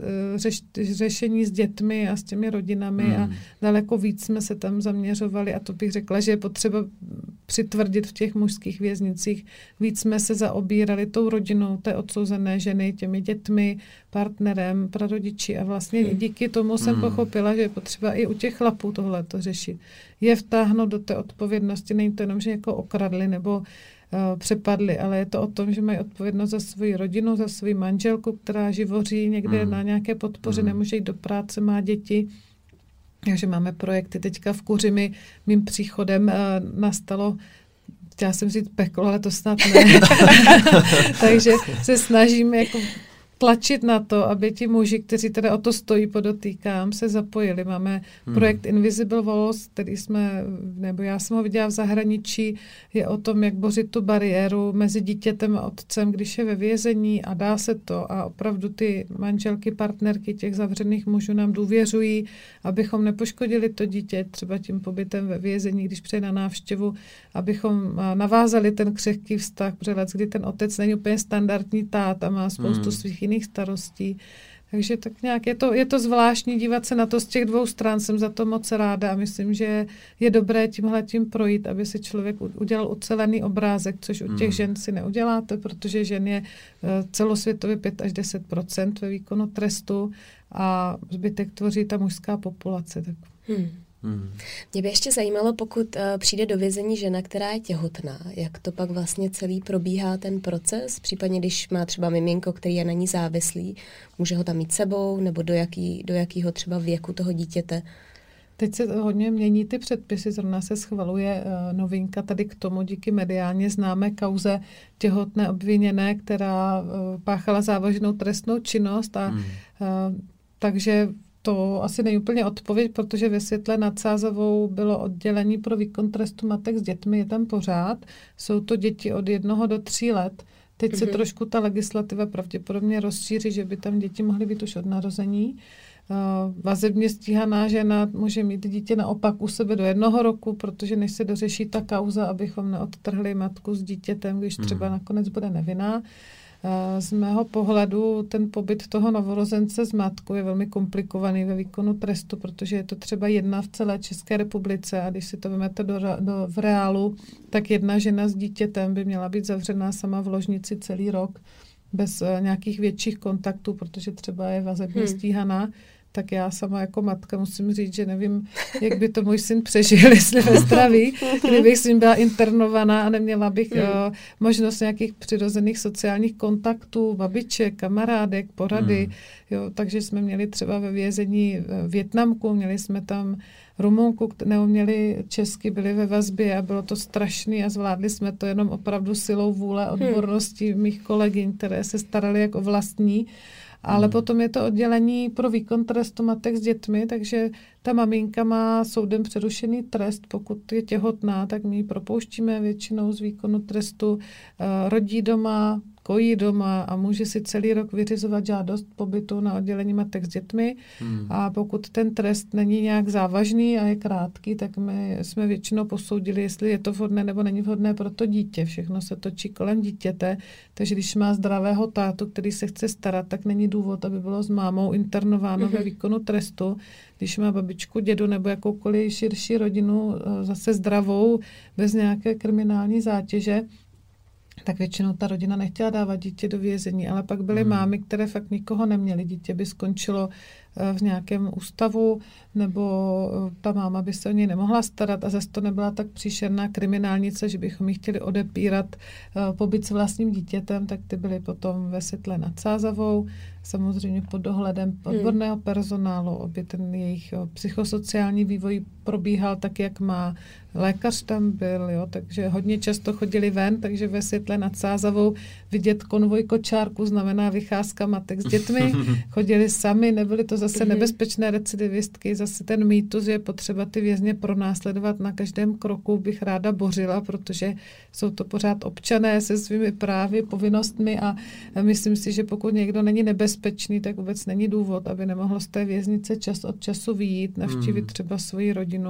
řešení s dětmi a s těmi rodinami a daleko víc jsme se tam zaměřovali a to bych řekla, že je potřeba přitvrdit v těch mužských věznicích. Víc jsme se zaobírali tou rodinou té odsouzené ženy, těmi dětmi, partnerem, prarodiči a vlastně díky tomu jsem pochopila, že je potřeba i u těch chlapů tohle to řešit. Je vtáhnout do té odpovědnosti, není to jenom, že jako okradli nebo přepadli, ale je to o tom, že mají odpovědnost za svou rodinu, za svou manželku, která živoří někde na nějaké podpoře, nemůže jít do práce, má děti. Takže máme projekty. Teďka v Kuřimi mým příchodem nastalo, chtěla jsem říct peklo, ale to snad ne. Takže se snažíme jako tlačit na to, aby ti muži, kteří teda o to stojí, podotýkám, se zapojili. Máme projekt Invisible Walls, který já jsem ho viděla v zahraničí, je o tom, jak bořit tu bariéru mezi dítětem a otcem, když je ve vězení a dá se to a opravdu ty manželky, partnerky těch zavřených mužů nám důvěřují, abychom nepoškodili to dítě třeba tím pobytem ve vězení, když přijde na návštěvu, abychom navázali ten křehký vztah, protože kdy ten otec není úplně standardní táta, má spoustu svých jiných starostí. Takže tak nějak je to zvláštní dívat se na to z těch dvou stran. Jsem za to moc ráda a myslím, že je dobré tímhletím projít, aby si člověk udělal ucelený obrázek, což u těch žen si neuděláte, protože žen je celosvětově 5 až 10% ve výkonu trestu a zbytek tvoří ta mužská populace. Tak. Mě by ještě zajímalo, pokud přijde do vězení žena, která je těhotná, jak to pak vlastně celý probíhá ten proces, případně když má třeba miminko, který je na ní závislý, může ho tam mít sebou, nebo do jakého třeba věku toho dítěte? Teď se hodně mění ty předpisy, zrovna se schvaluje novinka tady k tomu díky mediálně známé kauze těhotné obviněné, která páchala závažnou trestnou činnost a takže to asi není úplně odpověď, protože ve Světle nad Sázavou bylo oddělení pro výkon trestu matek s dětmi, je tam pořád. Jsou to děti od 1 do 3 let. Teď se trošku ta legislativa pravděpodobně rozšíří, že by tam děti mohly být už od narození. Vazebně stíhaná žena může mít dítě naopak u sebe do 1 roku, protože než se dořeší ta kauza, abychom neodtrhli matku s dítětem, když třeba nakonec bude nevinná. Z mého pohledu ten pobyt toho novorozence s matkou je velmi komplikovaný ve výkonu trestu, protože je to třeba jedna v celé České republice a když si to vezmete v reálu, tak jedna žena s dítětem by měla být zavřená sama v ložnici celý rok bez nějakých větších kontaktů, protože třeba je vazebně stíhaná. Tak já sama jako matka musím říct, že nevím, jak by to můj syn přežil, jestli ve zdraví, kdybych s ním byla internovaná a neměla bych možnost nějakých přirozených sociálních kontaktů, babiček, kamarádek, porady. Jo, takže jsme měli třeba ve vězení Vietnamku, měli jsme tam Rumunku, neuměli česky, byli ve vazbě a bylo to strašný a zvládli jsme to jenom opravdu silou vůle, odborností mých kolegyň, které se staraly jako vlastní. Ale potom je to oddělení pro výkon trestu matek s dětmi, takže ta maminka má soudem přerušený trest, pokud je těhotná, tak my ji propouštíme většinou z výkonu trestu, rodí doma, kojí doma a může si celý rok vyřizovat žádost pobytu na oddělení matek s dětmi. A pokud ten trest není nějak závažný a je krátký, tak my jsme většinou posoudili, jestli je to vhodné nebo není vhodné pro to dítě. Všechno se točí kolem dítěte, takže když má zdravého tátu, který se chce starat, tak není důvod, aby bylo s mámou internováno ve výkonu trestu. Když má babičku, dědu nebo jakoukoliv širší rodinu zase zdravou, bez nějaké kriminální zátěže, tak většinou ta rodina nechtěla dávat dítě do vězení, ale pak byly mámy, které fakt nikoho neměly. Dítě by skončilo v nějakém ústavu, nebo ta máma by se o něj nemohla starat a zase to nebyla tak příšerná kriminálnice, že bychom jí chtěli odepírat pobyt s vlastním dítětem, tak ty byly potom ve Světle nad Sázavou, samozřejmě pod dohledem odborného personálu, aby ten jejich psychosociální vývoj probíhal tak, jak má. Lékař tam byl, jo, takže hodně často chodili ven, takže ve Světle nad Sázavou vidět konvoj kočárků znamená vycházka matek s dětmi. Chodili sami, nebyly to zase nebezpečné recidivistky, zase ten mýtus, že je potřeba ty vězně pronásledovat na každém kroku, bych ráda bořila, protože jsou to pořád občané se svými právy, povinnostmi a myslím si, že pokud někdo není nebezpečný, tak vůbec není důvod, aby nemohlo z té věznice čas od času vyjít, navštívit třeba svoji rodinu,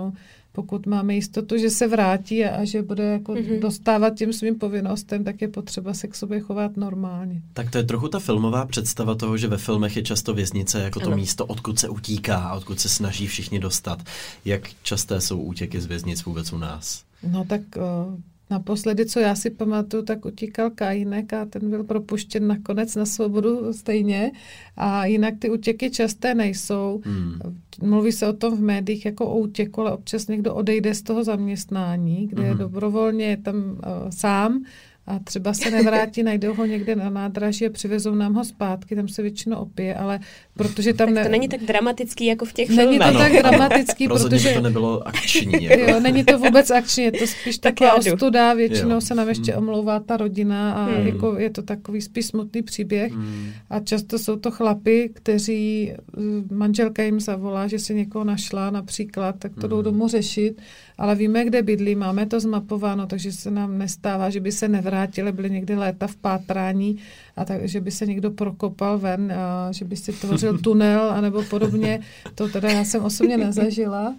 pokud máme jistotu, že se vrátí a že bude jako dostávat těm svým povinnostem, tak je potřeba se k sobě chovat normálně. Tak to je trochu ta filmová představa toho, že ve filmech je často věznice jako to místo, odkud se utíká a odkud se snaží všichni dostat. Jak časté jsou útěky z věznic vůbec u nás? No tak naposledy, co já si pamatuju, tak utíkal Kajínek a ten byl propuštěn nakonec na svobodu stejně. A jinak ty útěky časté nejsou. Mluví se o tom v médiích jako o útěku, ale občas někdo odejde z toho zaměstnání, kde je dobrovolně je tam sám a třeba se nevrátí, najdou ho někde na nádraží a přivezou nám ho zpátky, tam se většinou opije, ale protože tam... Tak to není tak dramatický jako v těch filmech. Není to tak dramatický, protože... to nebylo akční. Jako. Jo, není to vůbec akční, je to spíš taková ostuda, většinou se nám ještě omlouvá ta rodina a jako je to takový spíš smutný příběh a často jsou to chlapi, kteří manželka jim zavolá, že si někoho našla například, tak to jdou domů řešit, ale víme, kde bydlí, máme to zmapováno, takže se nám nestává, že by se nevrátili, byly někdy léta v pátrání a tak, že by se někdo prokopal ven, a že by si tvořil tunel anebo podobně. To teda já jsem osobně nezažila.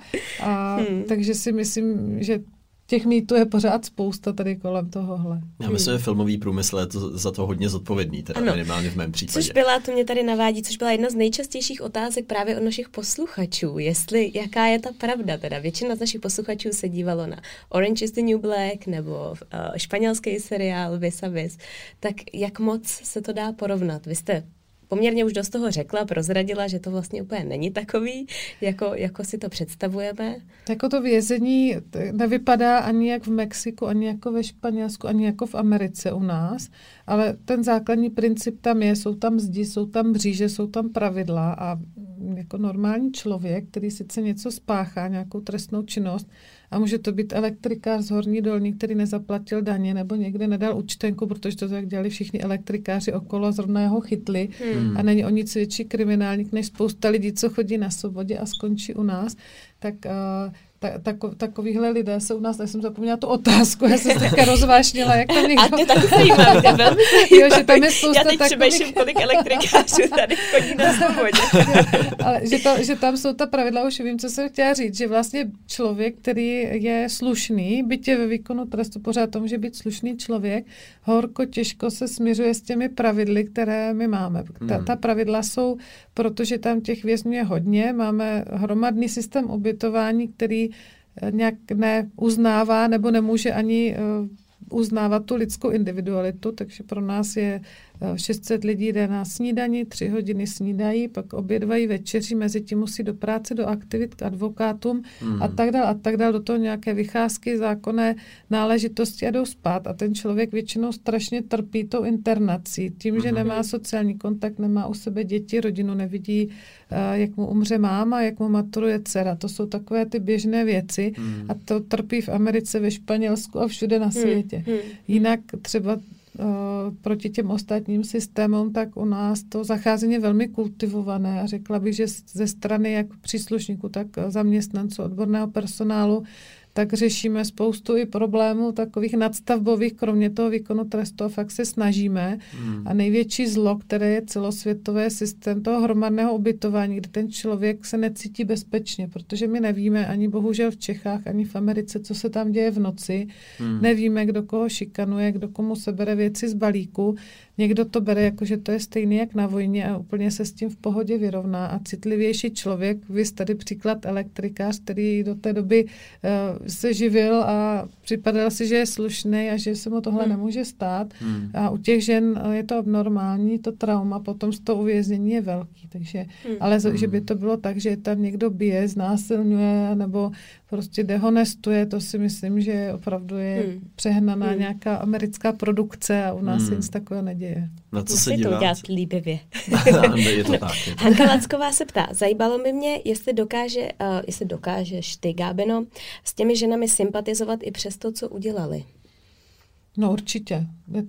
Takže si myslím, že těch mýtů je pořád spousta tady kolem tohohle. Já myslím, že filmový průmysl je to za to hodně zodpovědný, teda minimálně v mém případě. To mě tady navádí, což byla jedna z nejčastějších otázek právě od našich posluchačů. Jaká je ta pravda? Teda většina z našich posluchačů se dívalo na Orange is the New Black nebo španělský seriál Vis a Vis. Tak jak moc se to dá porovnat? Vy jste poměrně už dost toho řekla, prozradila, že to vlastně úplně není takový, jako si to představujeme. Jako to vězení nevypadá ani jak v Mexiku, ani jako ve Španělsku, ani jako v Americe u nás, ale ten základní princip tam je, jsou tam zdi, jsou tam mříže, jsou tam pravidla a jako normální člověk, který sice něco spáchá, nějakou trestnou činnost, a může to být elektrikář z Horní Dolní, který nezaplatil daně nebo někde nedal účtenku, protože to tak dělali všichni elektrikáři okolo a zrovna jeho chytli. A není o nic větší kriminálník než spousta lidí, co chodí na svobodě a skončí u nás. Takovýhle lidé se u nás, já jsem zapomněla tu otázku, já jsem teďka rozvášnila, jak tam někdo... A to je taky zajímavé, to je velmi zajímavé. Jo, že tam je spousta já teď přemýšlím, kolik elektrikářů tady chodí na svobodě. Ale že tam jsou ta pravidla, už vím, co jsem chtěla říct, že vlastně člověk, který je slušný, byť je ve výkonu trestu, pořád to může být slušný člověk, horko těžko se směřuje s těmi pravidly, které my máme. Ta pravidla jsou, protože tam těch vězňů je hodně, máme hromadný systém ubytování, který nějak neuznává nebo nemůže ani uznávat tu lidskou individualitu, takže pro nás je 600 lidí jde na snídani, 3 hodiny snídají, pak obědvají, večeří, mezi tím musí do práce, do aktivit, k advokátům a tak dále, do toho nějaké vycházky, zákonné náležitosti a jdou spát. A ten člověk většinou strašně trpí tou internací, tím, že nemá sociální kontakt, nemá u sebe děti, rodinu nevidí, jak mu umře máma, jak mu maturuje dcera. To jsou takové ty běžné věci a to trpí v Americe, ve Španělsku a všude na světě. Jinak třeba proti těm ostatním systémům, tak u nás to zacházení je velmi kultivované a řekla bych, že ze strany jak příslušníků, tak zaměstnanců, odborného personálu, tak řešíme spoustu i problémů takových nadstavbových, kromě toho výkonu trestu, fakt se snažíme. A největší zlo, které je celosvětové, systém toho hromadného ubytování, kde ten člověk se necítí bezpečně, protože my nevíme ani bohužel v Čechách, ani v Americe, co se tam děje v noci. Nevíme, kdo koho šikanuje, kdo komu sebere věci z balíku. Někdo to bere jako, že to je stejný jak na vojně a úplně se s tím v pohodě vyrovná. A citlivější člověk, vy tady příklad elektrikář, který do té doby se živil a připadal si, že je slušný a že se mu tohle nemůže stát. A u těch žen je to abnormální, to trauma potom z toho uvěznění je velký. Takže, ale že by to bylo tak, že tam někdo bije, znásilňuje nebo prostě dehonestuje, to si myslím, že opravdu je přehnaná nějaká americká produkce a u nás se nic takového neděje. Na co se díváte? díváte? To udělat líbivě. Je to tak. Hanka Lacková se ptá, zajímalo by mě, jestli dokážeš ty, Gábeno, s těmi ženami sympatizovat i přes to, co udělali. No určitě.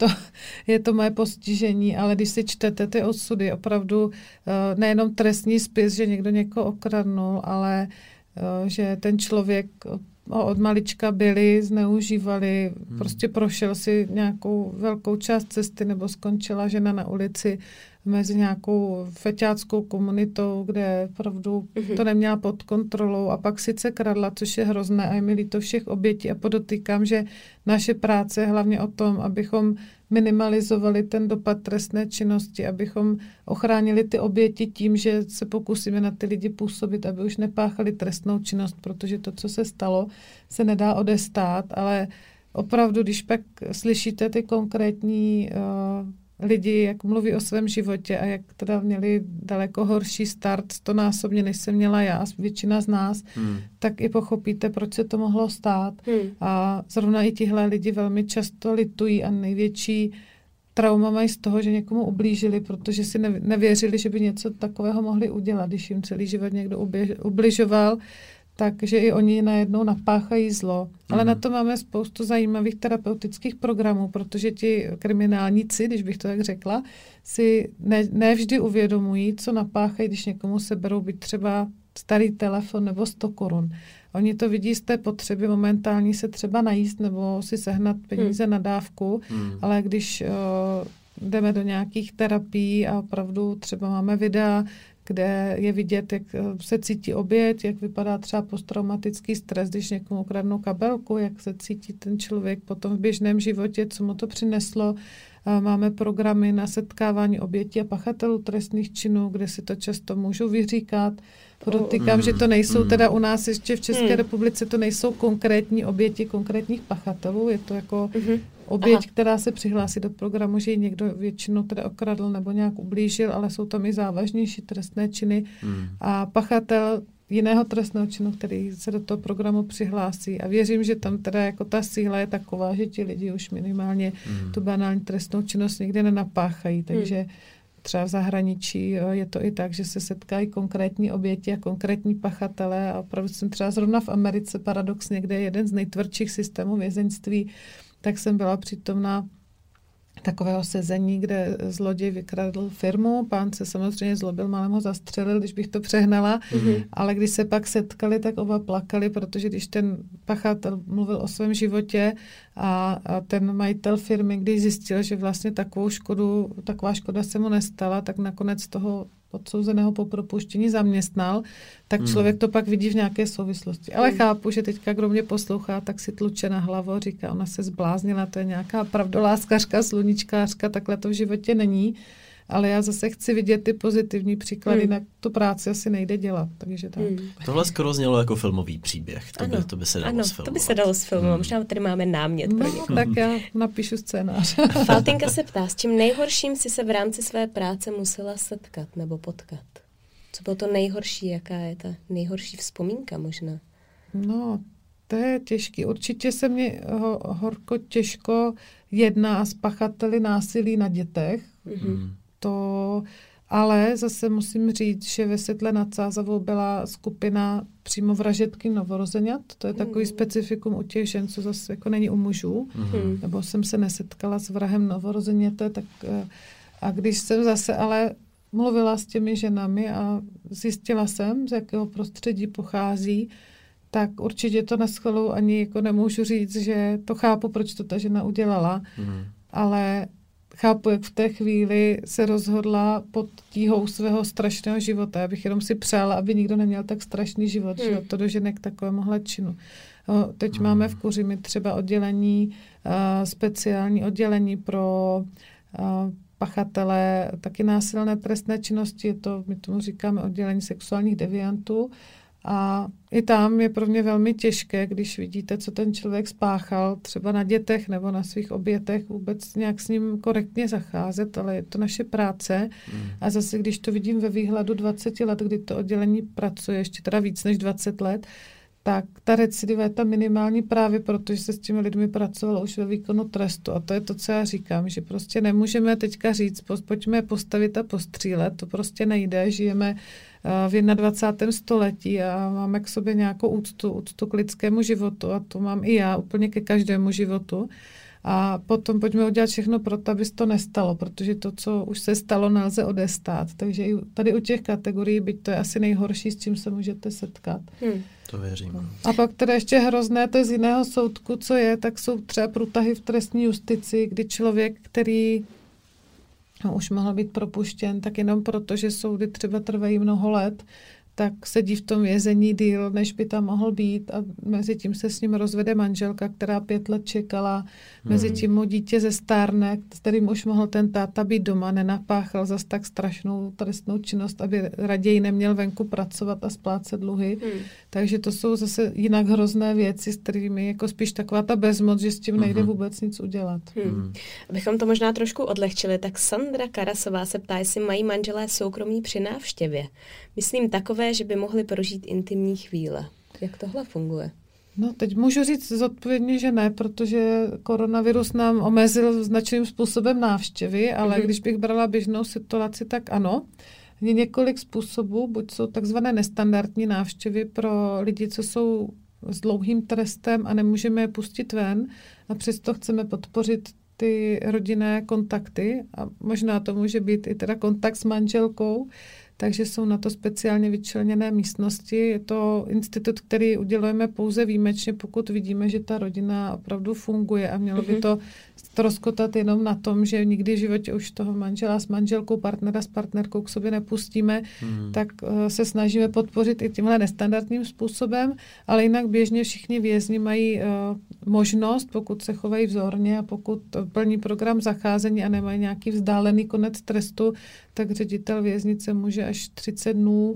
Je to moje postižení, ale když si čtete ty osudy, opravdu nejenom trestní spis, že někdo někoho okradnul, ale že ten člověk od malička byli, zneužívali, prostě prošel si nějakou velkou část cesty nebo skončila žena na ulici mezi nějakou feťáckou komunitou, kde opravdu to neměla pod kontrolou a pak sice kradla, což je hrozné a je mi líto všech obětí a podotýkám, že naše práce je hlavně o tom, abychom minimalizovali ten dopad trestné činnosti, abychom ochránili ty oběti tím, že se pokusíme na ty lidi působit, aby už nepáchali trestnou činnost, protože to, co se stalo, se nedá odestát, ale opravdu, když pak slyšíte ty konkrétní lidi, jak mluví o svém životě a jak teda měli daleko horší start 100násobně, než jsem měla já, většina z nás, tak i pochopíte, proč se to mohlo stát. A zrovna i tihle lidi velmi často litují a největší trauma mají z toho, že někomu ublížili, protože si nevěřili, že by něco takového mohli udělat, když jim celý život někdo ubližoval, takže i oni najednou napáchají zlo. Ale na to máme spoustu zajímavých terapeutických programů, protože ti kriminálníci, když bych to tak řekla, si nevždy uvědomují, co napáchají, když někomu seberou byť třeba starý telefon nebo 100 korun. Oni to vidí z té potřeby momentální se třeba najíst nebo si sehnat peníze na dávku, ale když jdeme do nějakých terapií a opravdu třeba máme videa, kde je vidět, jak se cítí oběť, jak vypadá třeba posttraumatický stres, když někomu ukradnou kabelku, jak se cítí ten člověk potom v běžném životě, co mu to přineslo. Máme programy na setkávání obětí a pachatelů trestných činů, kde si to často můžou vyříkat. Podotýkám, že to nejsou teda u nás ještě v České republice, to nejsou konkrétní oběti konkrétních pachatelů, je to jako oběť, která se přihlásí do programu, že ji někdo většinou teda okradl nebo nějak ublížil, ale jsou tam i závažnější trestné činy. A pachatel jiného trestného činu, který se do toho programu přihlásí. A věřím, že tam teda jako ta síla je taková, že ti lidi už minimálně tu banální trestnou činnost nikdy nenapáchají. Takže třeba v zahraničí je to i tak, že se setkají konkrétní oběti a konkrétní pachatelé. A opravdu jsem třeba zrovna v Americe paradoxně, kde je jeden z nejtvrdších systémů vězeňství, tak jsem byla přítomna takového sezení, kde zloděj vykradl firmu, pán se samozřejmě zlobil, málem ho zastřelil, když bych to přehnala, ale když se pak setkali, tak oba plakali, protože když ten pachatel mluvil o svém životě a ten majitel firmy, když zjistil, že vlastně taková škoda se mu nestala, tak nakonec toho odsouzeného po propuštění zaměstnal, tak člověk to pak vidí v nějaké souvislosti. Ale chápu, že teďka, kdo mě poslouchá, tak si tluče na hlavu, říká, ona se zbláznila, to je nějaká pravdoláskařka, sluníčkářka, takhle to v životě není. Ale já zase chci vidět ty pozitivní příklady, na tu práci asi nejde dělat. Takže tak. Tohle skoro znělo jako filmový příběh. To by se dalo sfilmovat. To by se dalo sfilmovat. Možná tady máme námět. Tak já napíšu scénář. Faltinka se ptá, s čím nejhorším si se v rámci své práce musela setkat nebo potkat? Co bylo to nejhorší? Jaká je ta nejhorší vzpomínka možná? No, to je těžký. Určitě se mě horko těžko jedná s pachateli násilí na dětech. Ale zase musím říct, že ve Světle nad Sázavou byla skupina přímo vražedky novorozenat. To je takový specifikum u těch žen, co zase jako není u mužů. Nebo jsem se nesetkala s vrahem novorozeněte. A když jsem zase ale mluvila s těmi ženami a zjistila jsem, z jakého prostředí pochází, tak určitě to neschvaluji ani jako nemůžu říct, že to chápu, proč to ta žena udělala, ale chápu, jak v té chvíli se rozhodla pod tíhou svého strašného života. Já bych jenom si přála, aby nikdo neměl tak strašný život, že to dožene k takovémuhle činu. Teď máme v Kuřimi třeba oddělení, speciální oddělení pro pachatele taky násilné trestné činnosti, my tomu říkáme oddělení sexuálních deviantů. A i tam je pro mě velmi těžké, když vidíte, co ten člověk spáchal, třeba na dětech nebo na svých obětech, vůbec nějak s ním korektně zacházet, ale je to naše práce. A zase, když to vidím ve výhledu 20 let, kdy to oddělení pracuje, ještě teda víc než 20 let, tak ta recidiva je tam minimální právě proto, že se s těmi lidmi pracovalo už ve výkonu trestu. A to je to, co já říkám, že prostě nemůžeme teďka říct, pojďme je postavit a postřílet, to prostě nejde, žijeme v 21. století a máme k sobě nějakou úctu k lidskému životu a to mám i já úplně ke každému životu. A potom pojďme udělat všechno pro to, aby se to nestalo, protože to, co už se stalo, nelze odestát. Takže i tady u těch kategorií, byť to je asi nejhorší, s čím se můžete setkat. To věřím. A pak teda ještě hrozné, to je z jiného soudku, co je, tak jsou třeba průtahy v trestní justici, kdy člověk, který už mohl být propuštěn, tak jenom proto, že soudy třeba trvají mnoho let, tak sedí v tom vězení díl, než by tam mohl být a mezi tím se s ním rozvede manželka, která 5 let čekala, mezi tím mu dítě zestárne, s kterým už mohl ten táta být doma, nenapáchal zas tak strašnou trestnou činnost, aby raději neměl venku pracovat a splácet dluhy. Takže to jsou zase jinak hrozné věci, s kterými jako spíš taková ta bezmoc, že s tím nejde vůbec nic udělat. Abychom to možná trošku odlehčili, tak Sandra Karasová se ptá, jestli mají manželé soukromí při návštěvě. Myslím takové, že by mohli prožít intimní chvíle. Jak tohle funguje? No, teď můžu říct zodpovědně, že ne, protože koronavirus nám omezil značným způsobem návštěvy, ale když bych brala běžnou situaci, tak ano. Je několik způsobů, buď jsou takzvané nestandardní návštěvy pro lidi, co jsou s dlouhým trestem a nemůžeme je pustit ven a přesto chceme podpořit ty rodinné kontakty a možná to může být i teda kontakt s manželkou, takže jsou na to speciálně vyčleněné místnosti. Je to institut, který udělujeme pouze výjimečně, pokud vidíme, že ta rodina opravdu funguje a mělo by to ztroskotat jenom na tom, že nikdy v životě už toho manžela s manželkou, partnera s partnerkou k sobě nepustíme, tak se snažíme podpořit i tímhle nestandardním způsobem, ale jinak běžně všichni vězni mají možnost, pokud se chovají vzorně a pokud plní program zacházení a nemají nějaký vzdálený konec trestu, tak ředitel věznice může až 30 dnů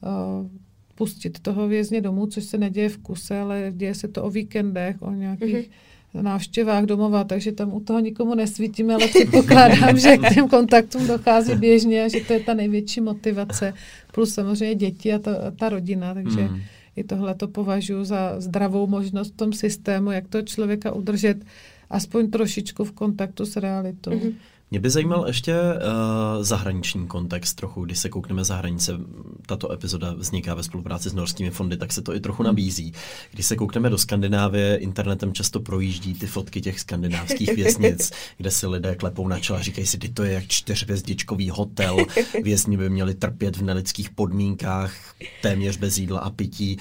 pustit toho vězně domů, což se neděje v kuse, ale děje se to o víkendech, o nějakých návštěvách domova, takže tam u toho nikomu nesvítíme, ale předpokládám, že k těm kontaktům dochází běžně a že to je ta největší motivace. Plus samozřejmě děti a ta rodina, takže i tohle to považuji za zdravou možnost v tom systému, jak toho člověka udržet aspoň trošičku v kontaktu s realitou. Mě by zajímal ještě zahraniční kontext trochu, když se koukneme za hranice. Tato epizoda vzniká ve spolupráci s norskými fondy, tak se to i trochu nabízí. Když se koukneme do Skandinávie, internetem často projíždí ty fotky těch skandinávských věznic, kde si lidé klepou na čela a říkají si, to je jak 4hvězdičkový hotel, vězni by měli trpět v nelidských podmínkách, téměř bez jídla a pití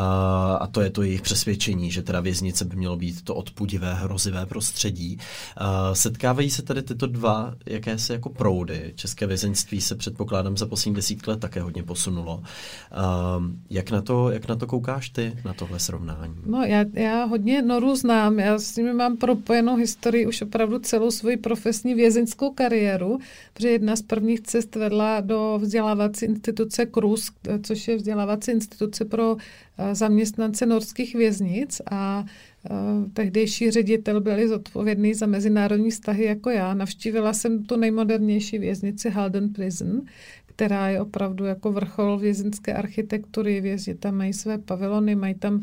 a to je to jejich přesvědčení, že teda věznice by mělo být to odpudivé, hrozivé prostředí. Setkávají se tady tyto dva jakési jako proudy. České vězeňství se předpokládám za poslední 10 let také hodně posunulo. Jak na to koukáš ty, na tohle srovnání? No já hodně norů znám, já s nimi mám propojenou historii už opravdu celou svoji profesní vězeňskou kariéru, protože jedna z prvních cest vedla do vzdělávací instituce KRUS, což je vzdělávací instituce pro zaměstnance norských věznic a tehdejší ředitel byl zodpovědný za mezinárodní vztahy jako já. Navštívila jsem tu nejmodernější věznici Halden Prison, která je opravdu jako vrchol vězeňské architektury. Vězni tam mají své pavilony, mají tam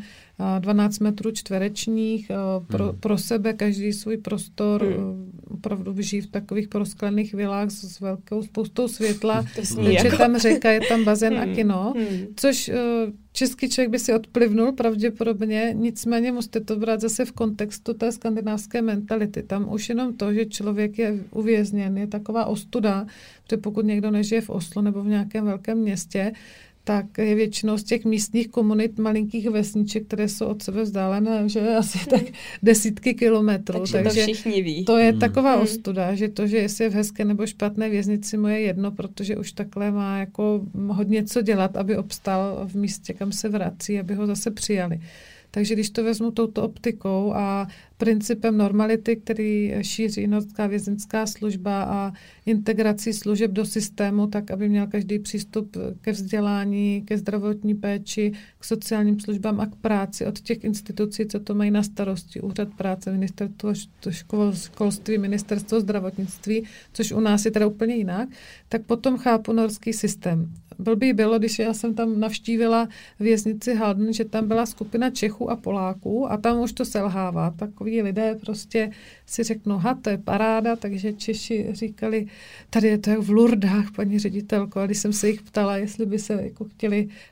12 metrů čtverečních, pro sebe každý svůj prostor, opravdu žijí v takových prosklených vilách s velkou spoustou světla, takže tam řeka, je tam bazén a kino, což český člověk by si odplivnul pravděpodobně, nicméně musíte to brát zase v kontextu té skandinávské mentality. Tam už jenom to, že člověk je uvězněn, je taková ostuda, protože pokud někdo nežije v Oslu nebo v nějakém velkém městě, tak je většinou z těch místních komunit malinkých vesniček, které jsou od sebe vzdálené, že asi tak desítky kilometrů. Takže to všichni ví. To je taková ostuda, že to, že jestli je v hezké nebo špatné věznici, mu je jedno, protože už takhle má jako hodně co dělat, aby obstál v místě, kam se vrací, aby ho zase přijali. Takže když to vezmu touto optikou a principem normality, který šíří norská vězeňská služba a integrací služeb do systému, tak aby měl každý přístup ke vzdělání, ke zdravotní péči, k sociálním službám a k práci od těch institucí, co to mají na starosti. Úřad práce, ministerstvo školství, ministerstvo zdravotnictví, což u nás je teda úplně jinak, tak potom chápu norský systém. Blbý bylo, když já jsem tam navštívila věznici Halden, že tam byla skupina Čechů a Poláků a tam už to selhává. Takoví lidé prostě si řeknou, to je paráda, takže Češi říkali, tady je to jak v Lurdách, paní ředitelko, a když jsem se jich ptala, jestli by se jako chtěli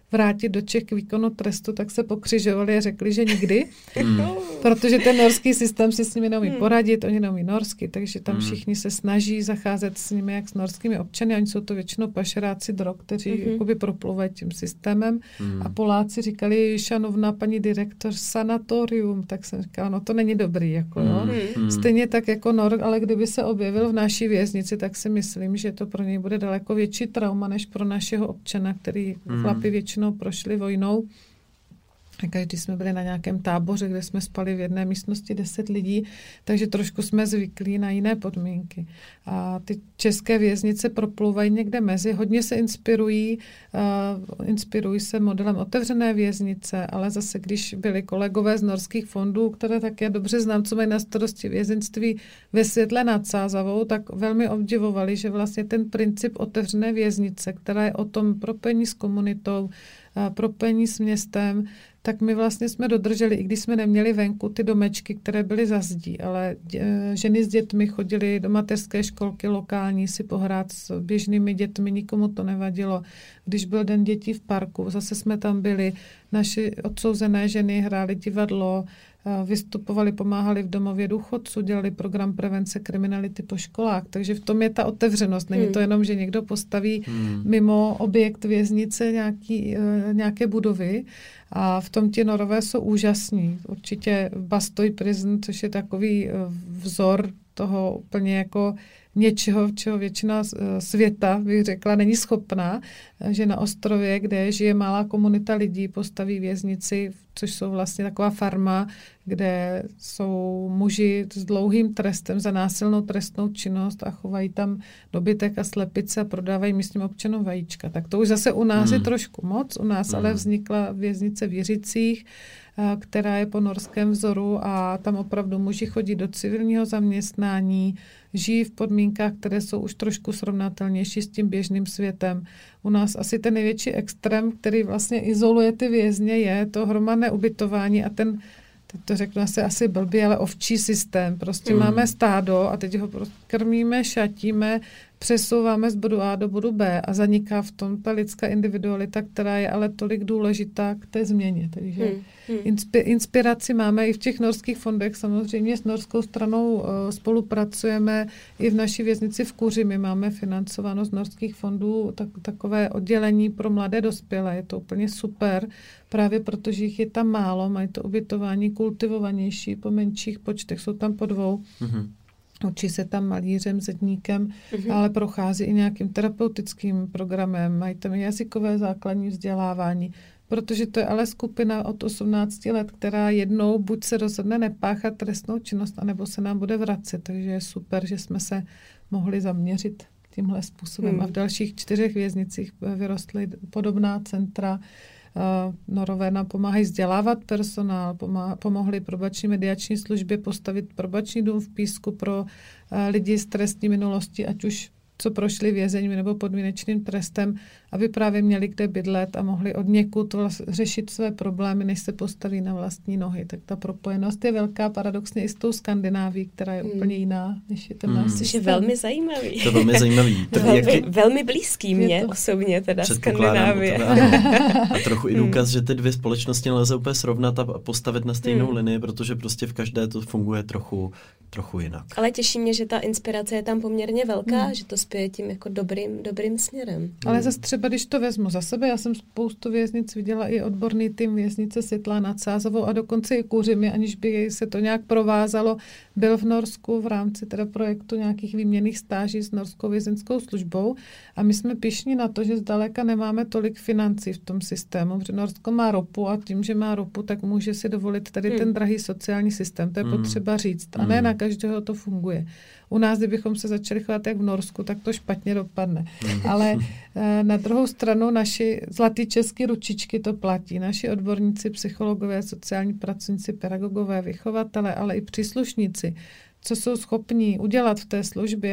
vrátit do Čech k výkonu trestu, tak se pokřižovali a řekli, že nikdy, protože ten norský systém si s nimi neumí poradit, oni neumí norsky, takže tam všichni se snaží zacházet s nimi jak s norskými občany, oni jsou to většinou pašeráci drog, kteří jakoby proplouvají tím systémem a Poláci říkali, šanovná paní direktor, sanatorium, tak jsem říkala, no to není dobrý, jako jo. Stejně tak jako Nork, ale kdyby se objevil v naší věznici, tak si myslím, že to pro něj bude daleko větší trauma, než pro našeho občana, který chlapi většinou prošli vojnou. A každý jsme byli na nějakém táboře, kde jsme spali v jedné místnosti 10 lidí, takže trošku jsme zvyklí na jiné podmínky. A ty české věznice proplouvají někde mezi, hodně se inspirují se modelem otevřené věznice, ale zase, když byli kolegové z norských fondů, které tak já dobře znám, co mají na starosti vězeňství ve Světle nad Sázavou, tak velmi obdivovali, že vlastně ten princip otevřené věznice, která je o tom propojení s komunitou, propojení s městem, tak my vlastně jsme dodrželi, i když jsme neměli venku ty domečky, které byly za zdí, ale ženy s dětmi chodily do mateřské školky lokální si pohrát s běžnými dětmi, nikomu to nevadilo. Když byl den dětí v parku, zase jsme tam byli, naši odsouzené ženy hrály divadlo, vystupovali, pomáhali v domově důchodců, dělali program prevence kriminality po školách, takže v tom je ta otevřenost. Není to jenom, že někdo postaví mimo objekt věznice nějaké budovy a v tom ti Norové jsou úžasní. Určitě Bastøy Prison, což je takový vzor toho úplně jako něčeho, čeho většina světa, bych řekla, není schopná, že na ostrově, kde žije malá komunita lidí, postaví věznici, což jsou vlastně taková farma, kde jsou muži s dlouhým trestem za násilnou trestnou činnost a chovají tam dobytek a slepice a prodávají místním občanům vajíčka. Tak to už zase u nás je trošku moc. U nás ale vznikla věznice v Jiřicích, která je po norském vzoru a tam opravdu muži chodí do civilního zaměstnání, žijí v podmínkách, které jsou už trošku srovnatelnější s tím běžným světem. U nás asi ten největší extrém, který vlastně izoluje ty vězně, je to hromadné ubytování a ten, teď to řeknu asi blbý, ale ovčí systém. Prostě máme stádo a teď ho krmíme, šatíme, přesouváme z bodu A do bodu B a zaniká v tom ta lidská individualita, která je ale tolik důležitá k té změně. Takže inspiraci máme i v těch norských fondech. Samozřejmě s norskou stranou spolupracujeme i v naší věznici v Kuřimi. Máme financováno z norských fondů takové oddělení pro mladé dospělé. Je to úplně super, právě protože jich je tam málo, mají to ubytování kultivovanější po menších počtech, jsou tam po 2. Učí se tam malířem, zedníkem, ale prochází i nějakým terapeutickým programem, mají tam i jazykové základní vzdělávání, protože to je ale skupina od 18 let, která jednou buď se rozhodne nepáchat trestnou činnost, anebo se nám bude vracet. Takže je super, že jsme se mohli zaměřit tímhle způsobem. A v dalších 4 věznicích vyrostly podobná centra. Norové nám pomáhají vzdělávat personál, pomohli probační mediační službě postavit probační dům v Písku pro lidi s trestní minulostí, ať už co prošli vězením nebo podmínečným trestem, aby právě měli kde bydlet a mohli od někud řešit své problémy, než se postaví na vlastní nohy. Tak ta propojenost je velká, paradoxně i s tou Skandinávií, která je úplně jiná, než je ten náš Což je velmi zajímavý. To je velmi zajímavý. Velmi blízký mě osobně, teda Skandinávie. A trochu i důkaz, že ty dvě společnosti nelze úplně srovnat a postavit na stejnou linii, protože prostě v každé to funguje trochu jinak. Ale těší mě, že ta inspirace je tam poměrně velká, že to spěje tím jako dobrým směrem. Ale zase třeba, když to vezmu za sebe, já jsem spoustu věznic viděla i odborný tým věznice Světlá nad Sázavou a dokonce i Kuřimi, aniž by se to nějak provázalo, byl v Norsku v rámci teda projektu nějakých výměnných stáží s norskou vězeňskou službou a my jsme pyšní na to, že zdaleka nemáme tolik financí v tom systému, protože Norsko má ropu a tím, že má ropu, tak může si dovolit tady ten drahý sociální systém. To je potřeba říct. A ne na každého to funguje. U nás, kdybychom se začali chovat jak v Norsku, tak to špatně dopadne. Ale na druhou stranu naši zlatý český ručičky to platí. Naši odborníci, psychologové, sociální pracovníci, pedagogové, vychovatele, ale i příslušníci, co jsou schopní udělat v té službě,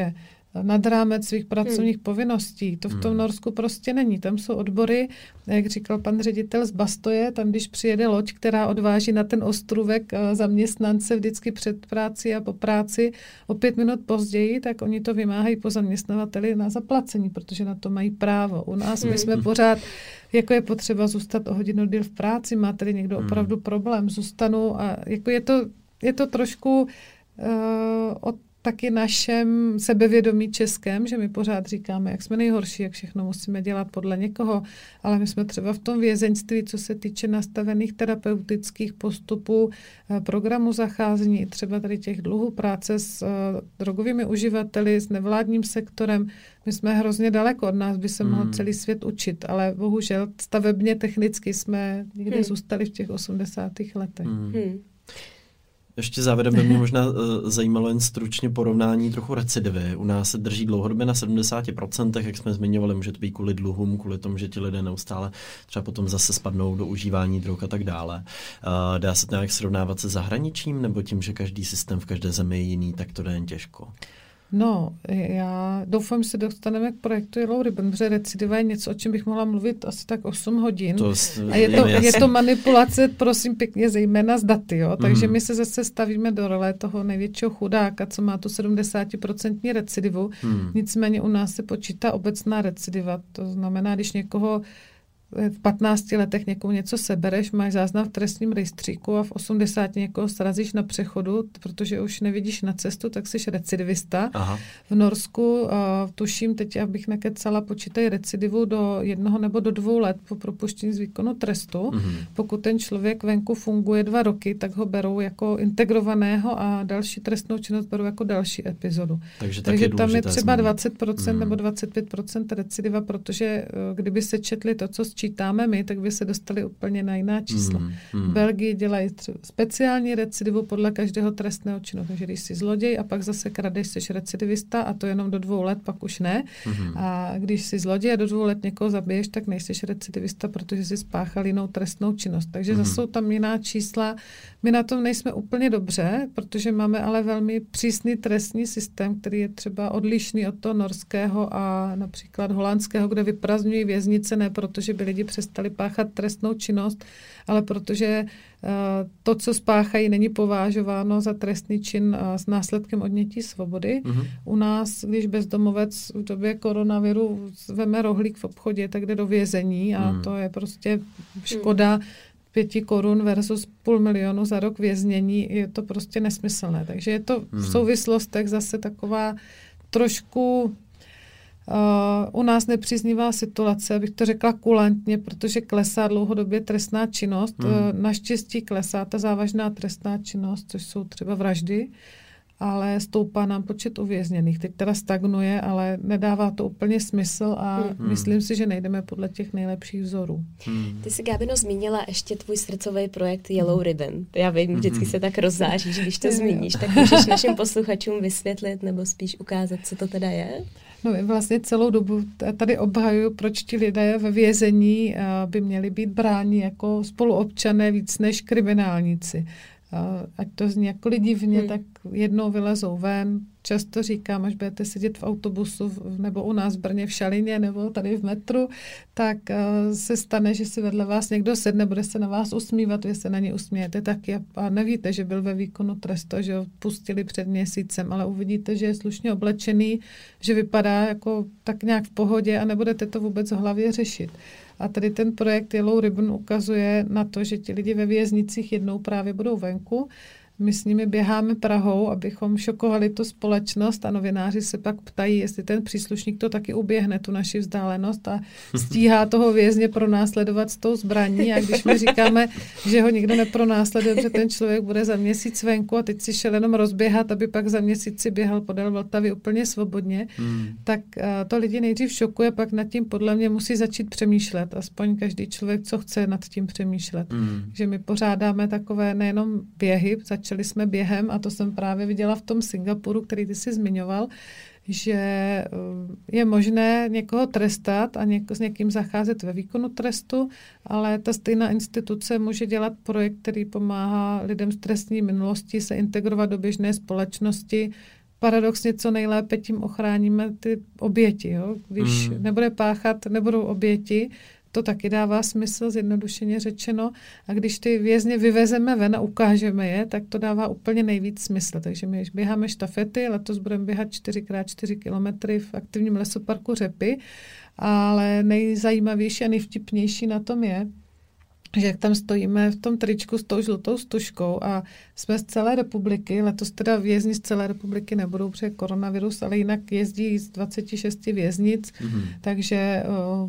nad rámec svých pracovních povinností. To v tom Norsku prostě není. Tam jsou odbory, jak říkal pan ředitel z Bastoje, tam když přijede loď, která odváží na ten ostrůvek zaměstnance vždycky před práci a po práci o 5 minut později, tak oni to vymáhají po zaměstnavateli na zaplacení, protože na to mají právo. U nás my jsme pořád, jako je potřeba zůstat o hodinu díl v práci, má tady někdo opravdu problém, zůstanu a jako je to trošku od taky našem sebevědomí českém, že my pořád říkáme, jak jsme nejhorší, jak všechno musíme dělat podle někoho, ale my jsme třeba v tom vězeňství, co se týče nastavených terapeutických postupů, programu zacházení, třeba tady těch dluhů práce s drogovými uživateli, s nevládním sektorem, my jsme hrozně daleko, od nás by se mohl celý svět učit, ale bohužel stavebně technicky jsme někde zůstali v těch 80. letech. Ještě závěrem by mě možná zajímalo jen stručně porovnání trochu recidivy. U nás se drží dlouhodobě na 70%, jak jsme zmiňovali, může to být kvůli dluhům, kvůli tomu, že ti lidé neustále třeba potom zase spadnou do užívání drog a tak dále. Dá se to nějak srovnávat se zahraničím, nebo tím, že každý systém v každé zemi je jiný, tak to jde jen těžko? No, já doufám, že se dostaneme k projektu Yellow Ribbon, protože recidiva je něco, o čem bych mohla mluvit asi tak 8 hodin. A je to manipulace, prosím pěkně, zejména s daty. Jo? Takže my se zase stavíme do role toho největšího chudáka, co má tu 70% recidivu. Nicméně u nás se počítá obecná recidiva. To znamená, když někoho v 15 letech někomu něco sebereš, máš záznam v trestním rejstříku a v 80 někoho srazíš na přechodu, protože už nevidíš na cestu, tak jsi recidivista. Aha. V Norsku tuším, teď abych nekecala, počítají recidivu do 1 nebo do 2 let po propuštění z výkonu trestu. Pokud ten člověk venku funguje 2 roky, tak ho berou jako integrovaného a další trestnou činnost berou jako další epizodu. Takže tam je třeba 20% nebo 25% recidiva, protože kdyby se četli to, co sčítáme my, tak by se dostali úplně na jiná čísla. V Belgii dělají speciální recidivu podle každého trestného činu. Takže když jsi zloděj a pak zase kradeš, jsi recidivista a to jenom do 2 let, pak už ne. A když jsi zloděj a do 2 let někoho zabiješ, tak nejsi recidivista, protože jsi spáchal jinou trestnou činnost. Takže zase jsou tam jiná čísla. My na tom nejsme úplně dobře, protože máme ale velmi přísný trestní systém, který je třeba odlišný od toho norského a například holandského, kde vyprazňují věznice, ne protože by lidi přestali páchat trestnou činnost, ale protože to, co spáchají, není považováno za trestný čin s následkem odnětí svobody. U nás, když bezdomovec v době koronaviru veme rohlík v obchodě, tak jde do vězení a to je prostě škoda 5 korun versus 500 000 za rok věznění, je to prostě nesmyslné. Takže je to v souvislostech zase taková trošku u nás nepříznivá situace, abych to řekla kulantně, protože klesá dlouhodobě trestná činnost. Naštěstí klesá ta závažná trestná činnost, což jsou třeba vraždy, ale stoupá nám počet uvězněných. Teď teda stagnuje, ale nedává to úplně smysl a myslím si, že nejdeme podle těch nejlepších vzorů. Ty jsi, Gábino, zmínila ještě tvůj srdcový projekt Yellow Ribbon. Já vím, vždycky se tak rozzáříš, když to zmíníš. Tak můžeš našim posluchačům vysvětlit nebo spíš ukázat, co to teda je? No, vlastně celou dobu tady obhajuju, proč ti lidé ve vězení by měli být bráni jako spoluobčané víc než kriminálníci. Ať to zní jakkoliv divně, tak jednou vylezou ven. Často říkám, až budete sedět v autobusu nebo u nás v Brně v Šalině nebo tady v metru, tak se stane, že si vedle vás někdo sedne, bude se na vás usmívat, vy se na ně usmějete taky a nevíte, že byl ve výkonu trestu, že ho pustili před měsícem, ale uvidíte, že je slušně oblečený, že vypadá jako tak nějak v pohodě a nebudete to vůbec v hlavě řešit. A tady ten projekt Yellow Ribbon ukazuje na to, že ti lidi ve věznicích jednou právě budou venku. My s nimi běháme Prahou, abychom šokovali tu společnost a novináři se pak ptají, jestli ten příslušník to taky uběhne, tu naši vzdálenost a stíhá toho vězně pronásledovat s tou zbraní. A když my říkáme, že ho nikdo nepronásleduje, protože ten člověk bude za měsíc venku a teď si šel jenom rozběhat, aby pak za měsíc si běhal podél Vltavy úplně svobodně, tak to lidi nejdřív šokuje, pak nad tím podle mě musí začít přemýšlet. Aspoň každý člověk, co chce nad tím přemýšlet. Že my pořádáme takové nejenom běhy, začali jsme během a to jsem právě viděla v tom Singapuru, který ty jsi zmiňoval, že je možné někoho trestat a s někým zacházet ve výkonu trestu, ale ta stejná instituce může dělat projekt, který pomáhá lidem s trestní minulostí se integrovat do běžné společnosti paradoxně co nejlépe tím ochráníme ty oběti. Jo? Když nebude páchat, nebudou oběti, to taky dává smysl, zjednodušeně řečeno. A když ty vězně vyvezeme ven a ukážeme je, tak to dává úplně nejvíc smysl. Takže my běháme štafety, letos budeme běhat 4x4 kilometry v aktivním lesoparku Řepy, ale nejzajímavější a nejvtipnější na tom je, že jak tam stojíme v tom tričku s tou žlutou stužkou a jsme z celé republiky, letos teda vězni z celé republiky nebudou přes koronavirus, ale jinak jezdí z 26 věznic, takže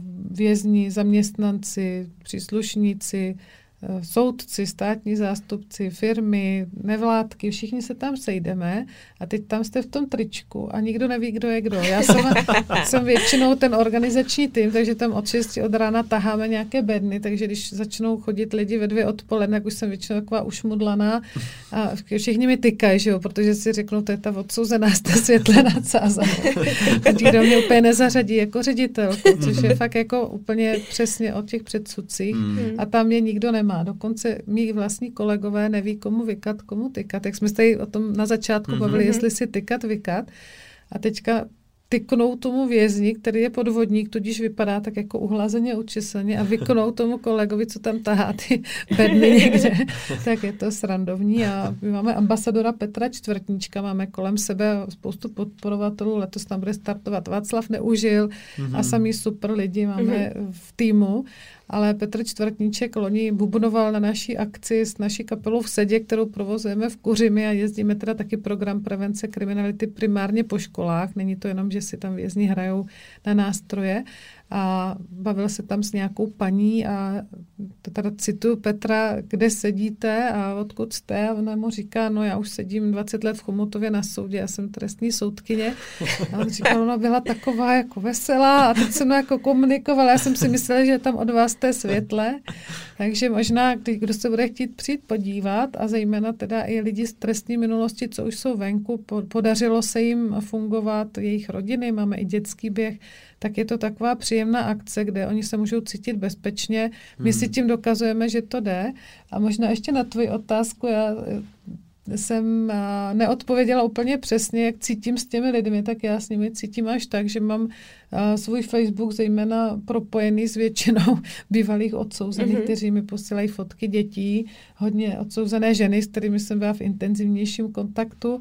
vězni, zaměstnanci, příslušníci, soudci, státní zástupci, firmy, nevládky, všichni se tam sejdeme a teď tam jste v tom tričku a nikdo neví, kdo je kdo. Já jsem většinou ten organizační tým, takže tam od 6 od rána taháme nějaké bedny, takže když začnou chodit lidi ve 2 odpoledne, tak už jsem většinou taková ušmudlaná a všichni mi tykají, že jo, protože si řeknou, to je ta odsouzená z té světle nadsázanou. A nikdo mě úplně nezařadí jako ředitelku, což je fakt jako úplně přesně od těch předsudcích a tam je nikdo nemá. Dokonce mý vlastní kolegové neví, komu vykat, komu tykat. Jak jsme se tady o tom na začátku bavili, jestli si tykat, vykat. A teďka tyknou tomu vězni, který je podvodník, tudíž vypadá tak jako uhlazeně, učesaně a vyknou tomu kolegovi, co tam tahá ty bedny někde. Tak je to srandovní. A my máme ambasadora Petra Čtvrtníčka, máme kolem sebe spoustu podporovatelů, letos tam bude startovat Václav Neužil a samý super lidi máme v týmu. Ale Petr Čtvrtníček loni bubnoval na naší akci s naší kapelou v Sedě, kterou provozujeme v Kuřimi a jezdíme teda taky program prevence kriminality primárně po školách. Není to jenom, že si tam vězni hrajou na nástroje. A bavil se tam s nějakou paní a teda cituju Petra, kde sedíte a odkud jste? A ona mu říká, no já už sedím 20 let v Chomutově na soudě, já jsem trestní soudkyně. A on říkal, ona byla taková jako veselá a teď jsem jako komunikovala, já jsem si myslela, že je tam od vás té světle. Takže možná, kdo se bude chtít přijít podívat a zejména teda i lidi z trestní minulosti, co už jsou venku, podařilo se jim fungovat, jejich rodiny, máme i dětský běh, tak je to taková příjemná akce, kde oni se můžou cítit bezpečně. My si tím dokazujeme, že to jde. A možná ještě na tvoji otázku, já jsem neodpověděla úplně přesně, jak cítím s těmi lidmi, tak já s nimi cítím až tak, že mám svůj Facebook zejména propojený s většinou bývalých odsouzených, kteří mi posílají fotky dětí, hodně odsouzené ženy, s kterými jsem byla v intenzivnějším kontaktu,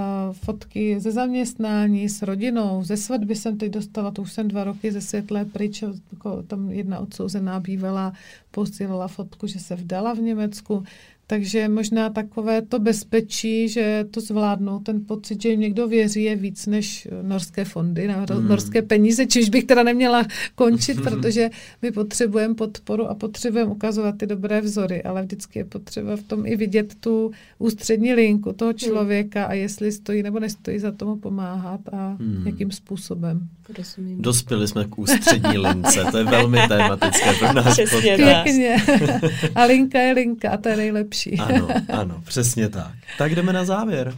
fotky ze zaměstnání, s rodinou, ze svatby jsem teď dostala, to už jsem 2 roky ze Světlé pryč, tam jedna odsouzená bývalá posílala fotku, že se vdala v Německu. Takže možná takové to bezpečí, že to zvládnou, ten pocit, že jim někdo věří, je víc než norské fondy, norské peníze, čiž bych teda neměla končit, protože my potřebujeme podporu a potřebujeme ukazovat ty dobré vzory, ale vždycky je potřeba v tom i vidět tu ústřední linku toho člověka a jestli stojí nebo nestojí za tomu pomáhat a jakým způsobem. Rozumím. Dospěli jsme k ústřední lince, to je velmi tematické pro náš podcast. Pěkně. A linka je linka a to je nejlepší. Ano, přesně tak. Tak jdeme na závěr.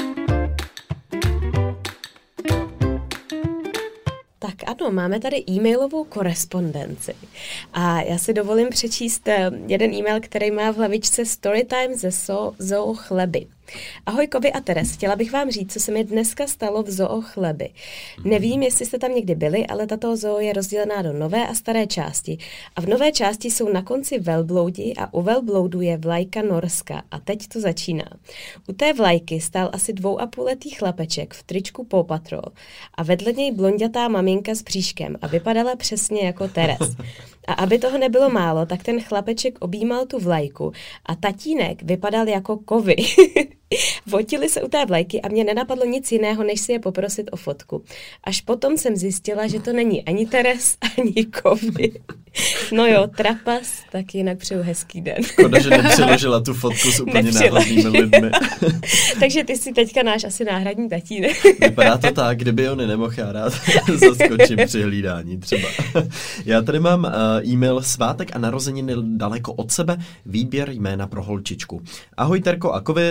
Tak ano, máme tady e-mailovou korespondenci. A já si dovolím přečíst jeden e-mail, který má v hlavičce Storytime ze Zoo Chleby. Ahoj Kovi a Teres, chtěla bych vám říct, co se mi dneska stalo v Zoo Chleby. Nevím, jestli jste tam někdy byli, ale tato zoo je rozdělená do nové a staré části. A v nové části jsou na konci velbloudi a u velbloudu je vlajka Norska. A teď to začíná. U té vlajky stál asi 2,5letý chlapeček v tričku Paw Patrol a vedle něj blonďatá maminka s bříškem a vypadala přesně jako Teres. A aby toho nebylo málo, tak ten chlapeček objímal tu vlajku a tatínek vypadal jako Kovy. Fotili se u té vlajky a mě nenapadlo nic jiného, než si je poprosit o fotku. Až potom jsem zjistila, že to není ani Teres, ani Kovy. No jo, trapas, tak jinak přeju hezký den. Škoda, že nepřiložila tu fotku s úplně náhodnými lidmi. Takže ty jsi teďka náš asi náhradní tatínek. Vypadá to tak, kdyby on nemohl, já rád zaskočím při hlídání třeba. Já tady mám e-mail svátek a narozeniny daleko od sebe, výběr jména pro holčičku. Ahoj Terko a Kovi, za prvé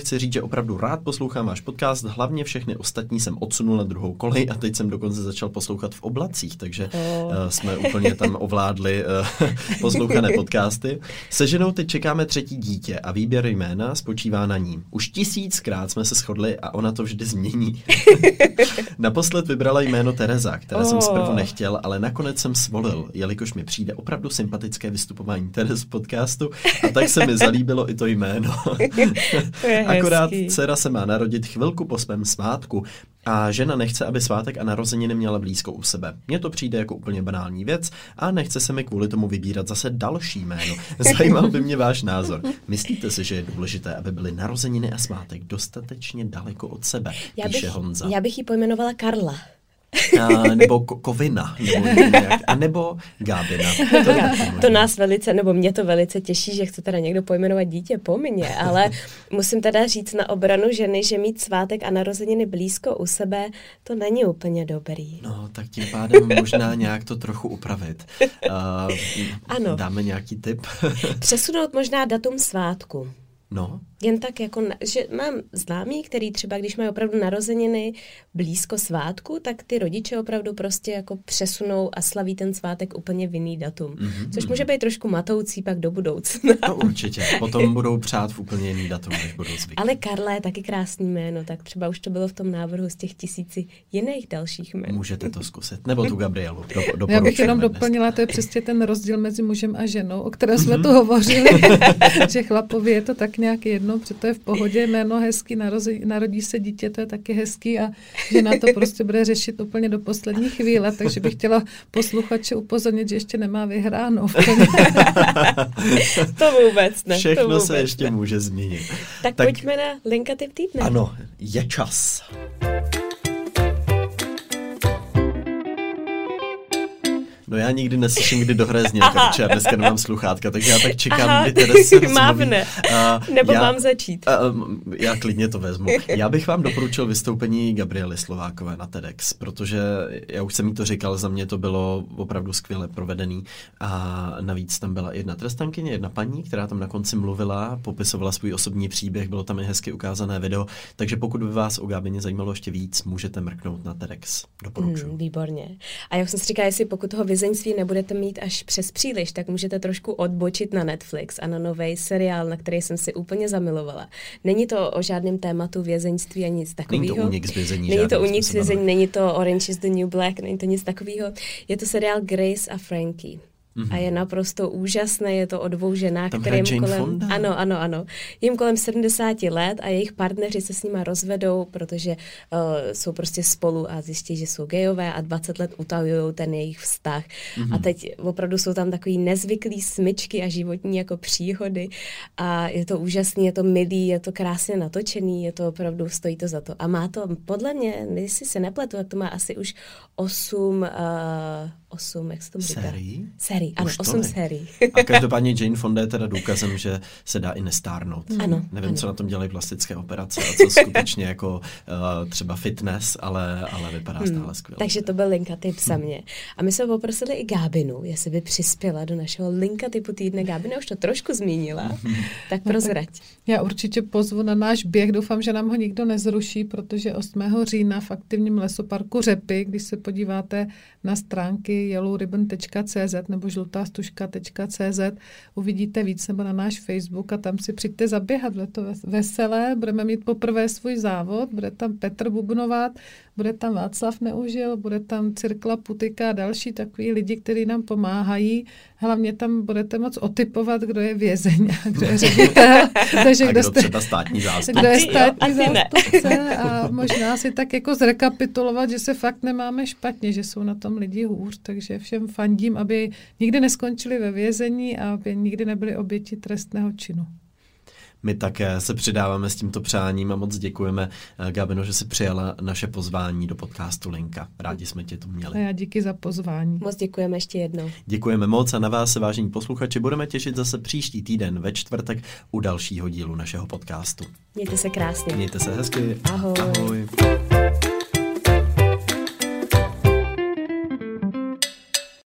chci říct, že opravdu rád poslouchám váš podcast, hlavně všechny ostatní jsem odsunul na druhou kolej a teď jsem dokonce začal poslouchat v oblacích, takže jsme úplně tam ovládli poslouchané podcasty. Se ženou teď čekáme 3. dítě a výběr jména spočívá na ní. Už 1000krát jsme se shodli a ona to vždy změní. Naposled vybrala jméno Tereza, které jsem zprvu nechtěl, ale nakonec jsem svolil, jelikož mi přijde opravdu sympatické vystupování Terez v podcastu a tak se mi zalíbilo i to jméno. Akorát dcera se má narodit chvilku po svém svátku a žena nechce, aby svátek a narozeniny měla blízko u sebe. Mně to přijde jako úplně banální věc a nechce se mi kvůli tomu vybírat zase další jméno. Zajímal by mě váš názor. Myslíte si, že je důležité, aby byly narozeniny a svátek dostatečně daleko od sebe, píše Honza. Já bych ji pojmenovala Karla. Nebo Kovina, nebo Gábina. To nás velice, nebo mě to velice těší, že chce teda někdo pojmenovat dítě po mně, ale musím teda říct na obranu ženy, že mít svátek a narozeniny blízko u sebe, to není úplně dobrý. No, tak tím pádem možná nějak to trochu upravit. Ano. Dáme nějaký tip? Přesunout možná datum svátku. No. Jen tak, jako, že mám známý, který třeba, když mají opravdu narozeniny blízko svátku, tak ty rodiče opravdu prostě jako přesunou a slaví ten svátek úplně v jiný datum. Což může být trošku matoucí pak do budoucna. No určitě. Potom budou přát v úplně jiný datum, než budou zvyklí. Ale Karla je taky krásný jméno, tak třeba už to bylo v tom návrhu z těch 1000 jiných dalších jmen. Můžete to zkusit. Nebo tu Gabrielu. Já bych jenom doplnila, to je přesně ten rozdíl mezi mužem a ženou, o kterém jsme tu hovořili, že chlapovi je to tak nějak jedno, protože to je v pohodě, jméno hezký, narodí se dítě, to je taky hezký a žena to prostě bude řešit úplně do poslední chvíle, takže bych chtěla posluchače upozornit, že ještě nemá vyhráno. To vůbec ne. Všechno to vůbec se ještě může změnit. Tak pojďme na linka tip týdne. Ano, je čas. No já nikdy neslyším, kdy dohraje znělka, protože já dneska nemám sluchátka, takže já tak čekám, kdy Terez se mávne. Nebo mám začít. Já klidně to vezmu. Já bych vám doporučil vystoupení Gabriely Slovákové na TEDx, protože já už jsem jí to říkal, za mě to bylo opravdu skvěle provedený a navíc tam byla jedna trestankyně, jedna paní, která tam na konci mluvila, popisovala svůj osobní příběh, bylo tam i hezky ukázané video, takže pokud by vás o Gábině zajímalo ještě víc, můžete mrknout na TEDx. Doporučuji. Výborně. A já jsem si říkala, jestli pokud toho vězeňství nebudete mít až přes příliš, tak můžete trošku odbočit na Netflix a na nový seriál, na který jsem si úplně zamilovala. Není to o žádném tématu vězeňství a nic takového. Není to únik z vězení. Není to únik z vězení, není to Orange is the New Black, není to nic takového. Je to seriál Grace a Frankie. A je naprosto úžasné, je to o 2 ženách, které jim kolem... Ano. Jim kolem 70 let a jejich partneři se s nima rozvedou, protože jsou prostě spolu a zjistí, že jsou gejové a 20 let utajují ten jejich vztah. A teď opravdu jsou tam takový nezvyklý smyčky a životní jako příhody a je to úžasný, je to milý, je to krásně natočený, je to opravdu, stojí to za to. A má to, podle mě, jestli se nepletu, tak to má asi už 8, jak se to říká? Sérií, ano, 8 sérií. A každopádně Jane Fonda je teda důkazem, že se dá i nestárnout. Ano. Nevím, co na tom dělají plastické operace a co skutečně jako třeba fitness, ale vypadá stále skvěle. Takže to byl linka tip za mě. A my jsme poprosili i Gábinu, jestli by přispěla do našeho linka typu týdne. Gábina už to trošku zmínila, tak prozrať. Já určitě pozvu na náš běh, doufám, že nám ho nikdo nezruší, protože 8. října v aktivním lesoparku Řepy, když se podíváte na stránky yellowribbon.cz nebo žlutastužka.cz, uvidíte víc, nebo na náš Facebook a tam si přijďte zaběhat. Bude to veselé, budeme mít poprvé svůj závod, bude tam Petr bubnovat, bude tam Václav Neužil, bude tam Cirkla Putika a další takový lidi, kteří nám pomáhají. Hlavně tam budete moc otypovat, kdo je vězeň a kdo je ředitel. Takže kdo třeba státní zástupce. Kdo je státní zástupce a možná si tak jako zrekapitulovat, že se fakt nemáme špatně, že jsou na tom lidi hůř, takže všem fandím, aby nikdy neskončili ve vězení a aby nikdy nebyli oběti trestného činu. My také se přidáváme s tímto přáním a moc děkujeme, Gabino, že jsi přijala naše pozvání do podcastu Linka. Rádi jsme tě tu měli. A já díky za pozvání. Moc děkujeme ještě jednou. Děkujeme moc a na vás se, vážení posluchači, budeme těšit zase příští týden ve čtvrtek u dalšího dílu našeho podcastu. Mějte se krásně. Mějte se hezky. Ahoj. Ahoj.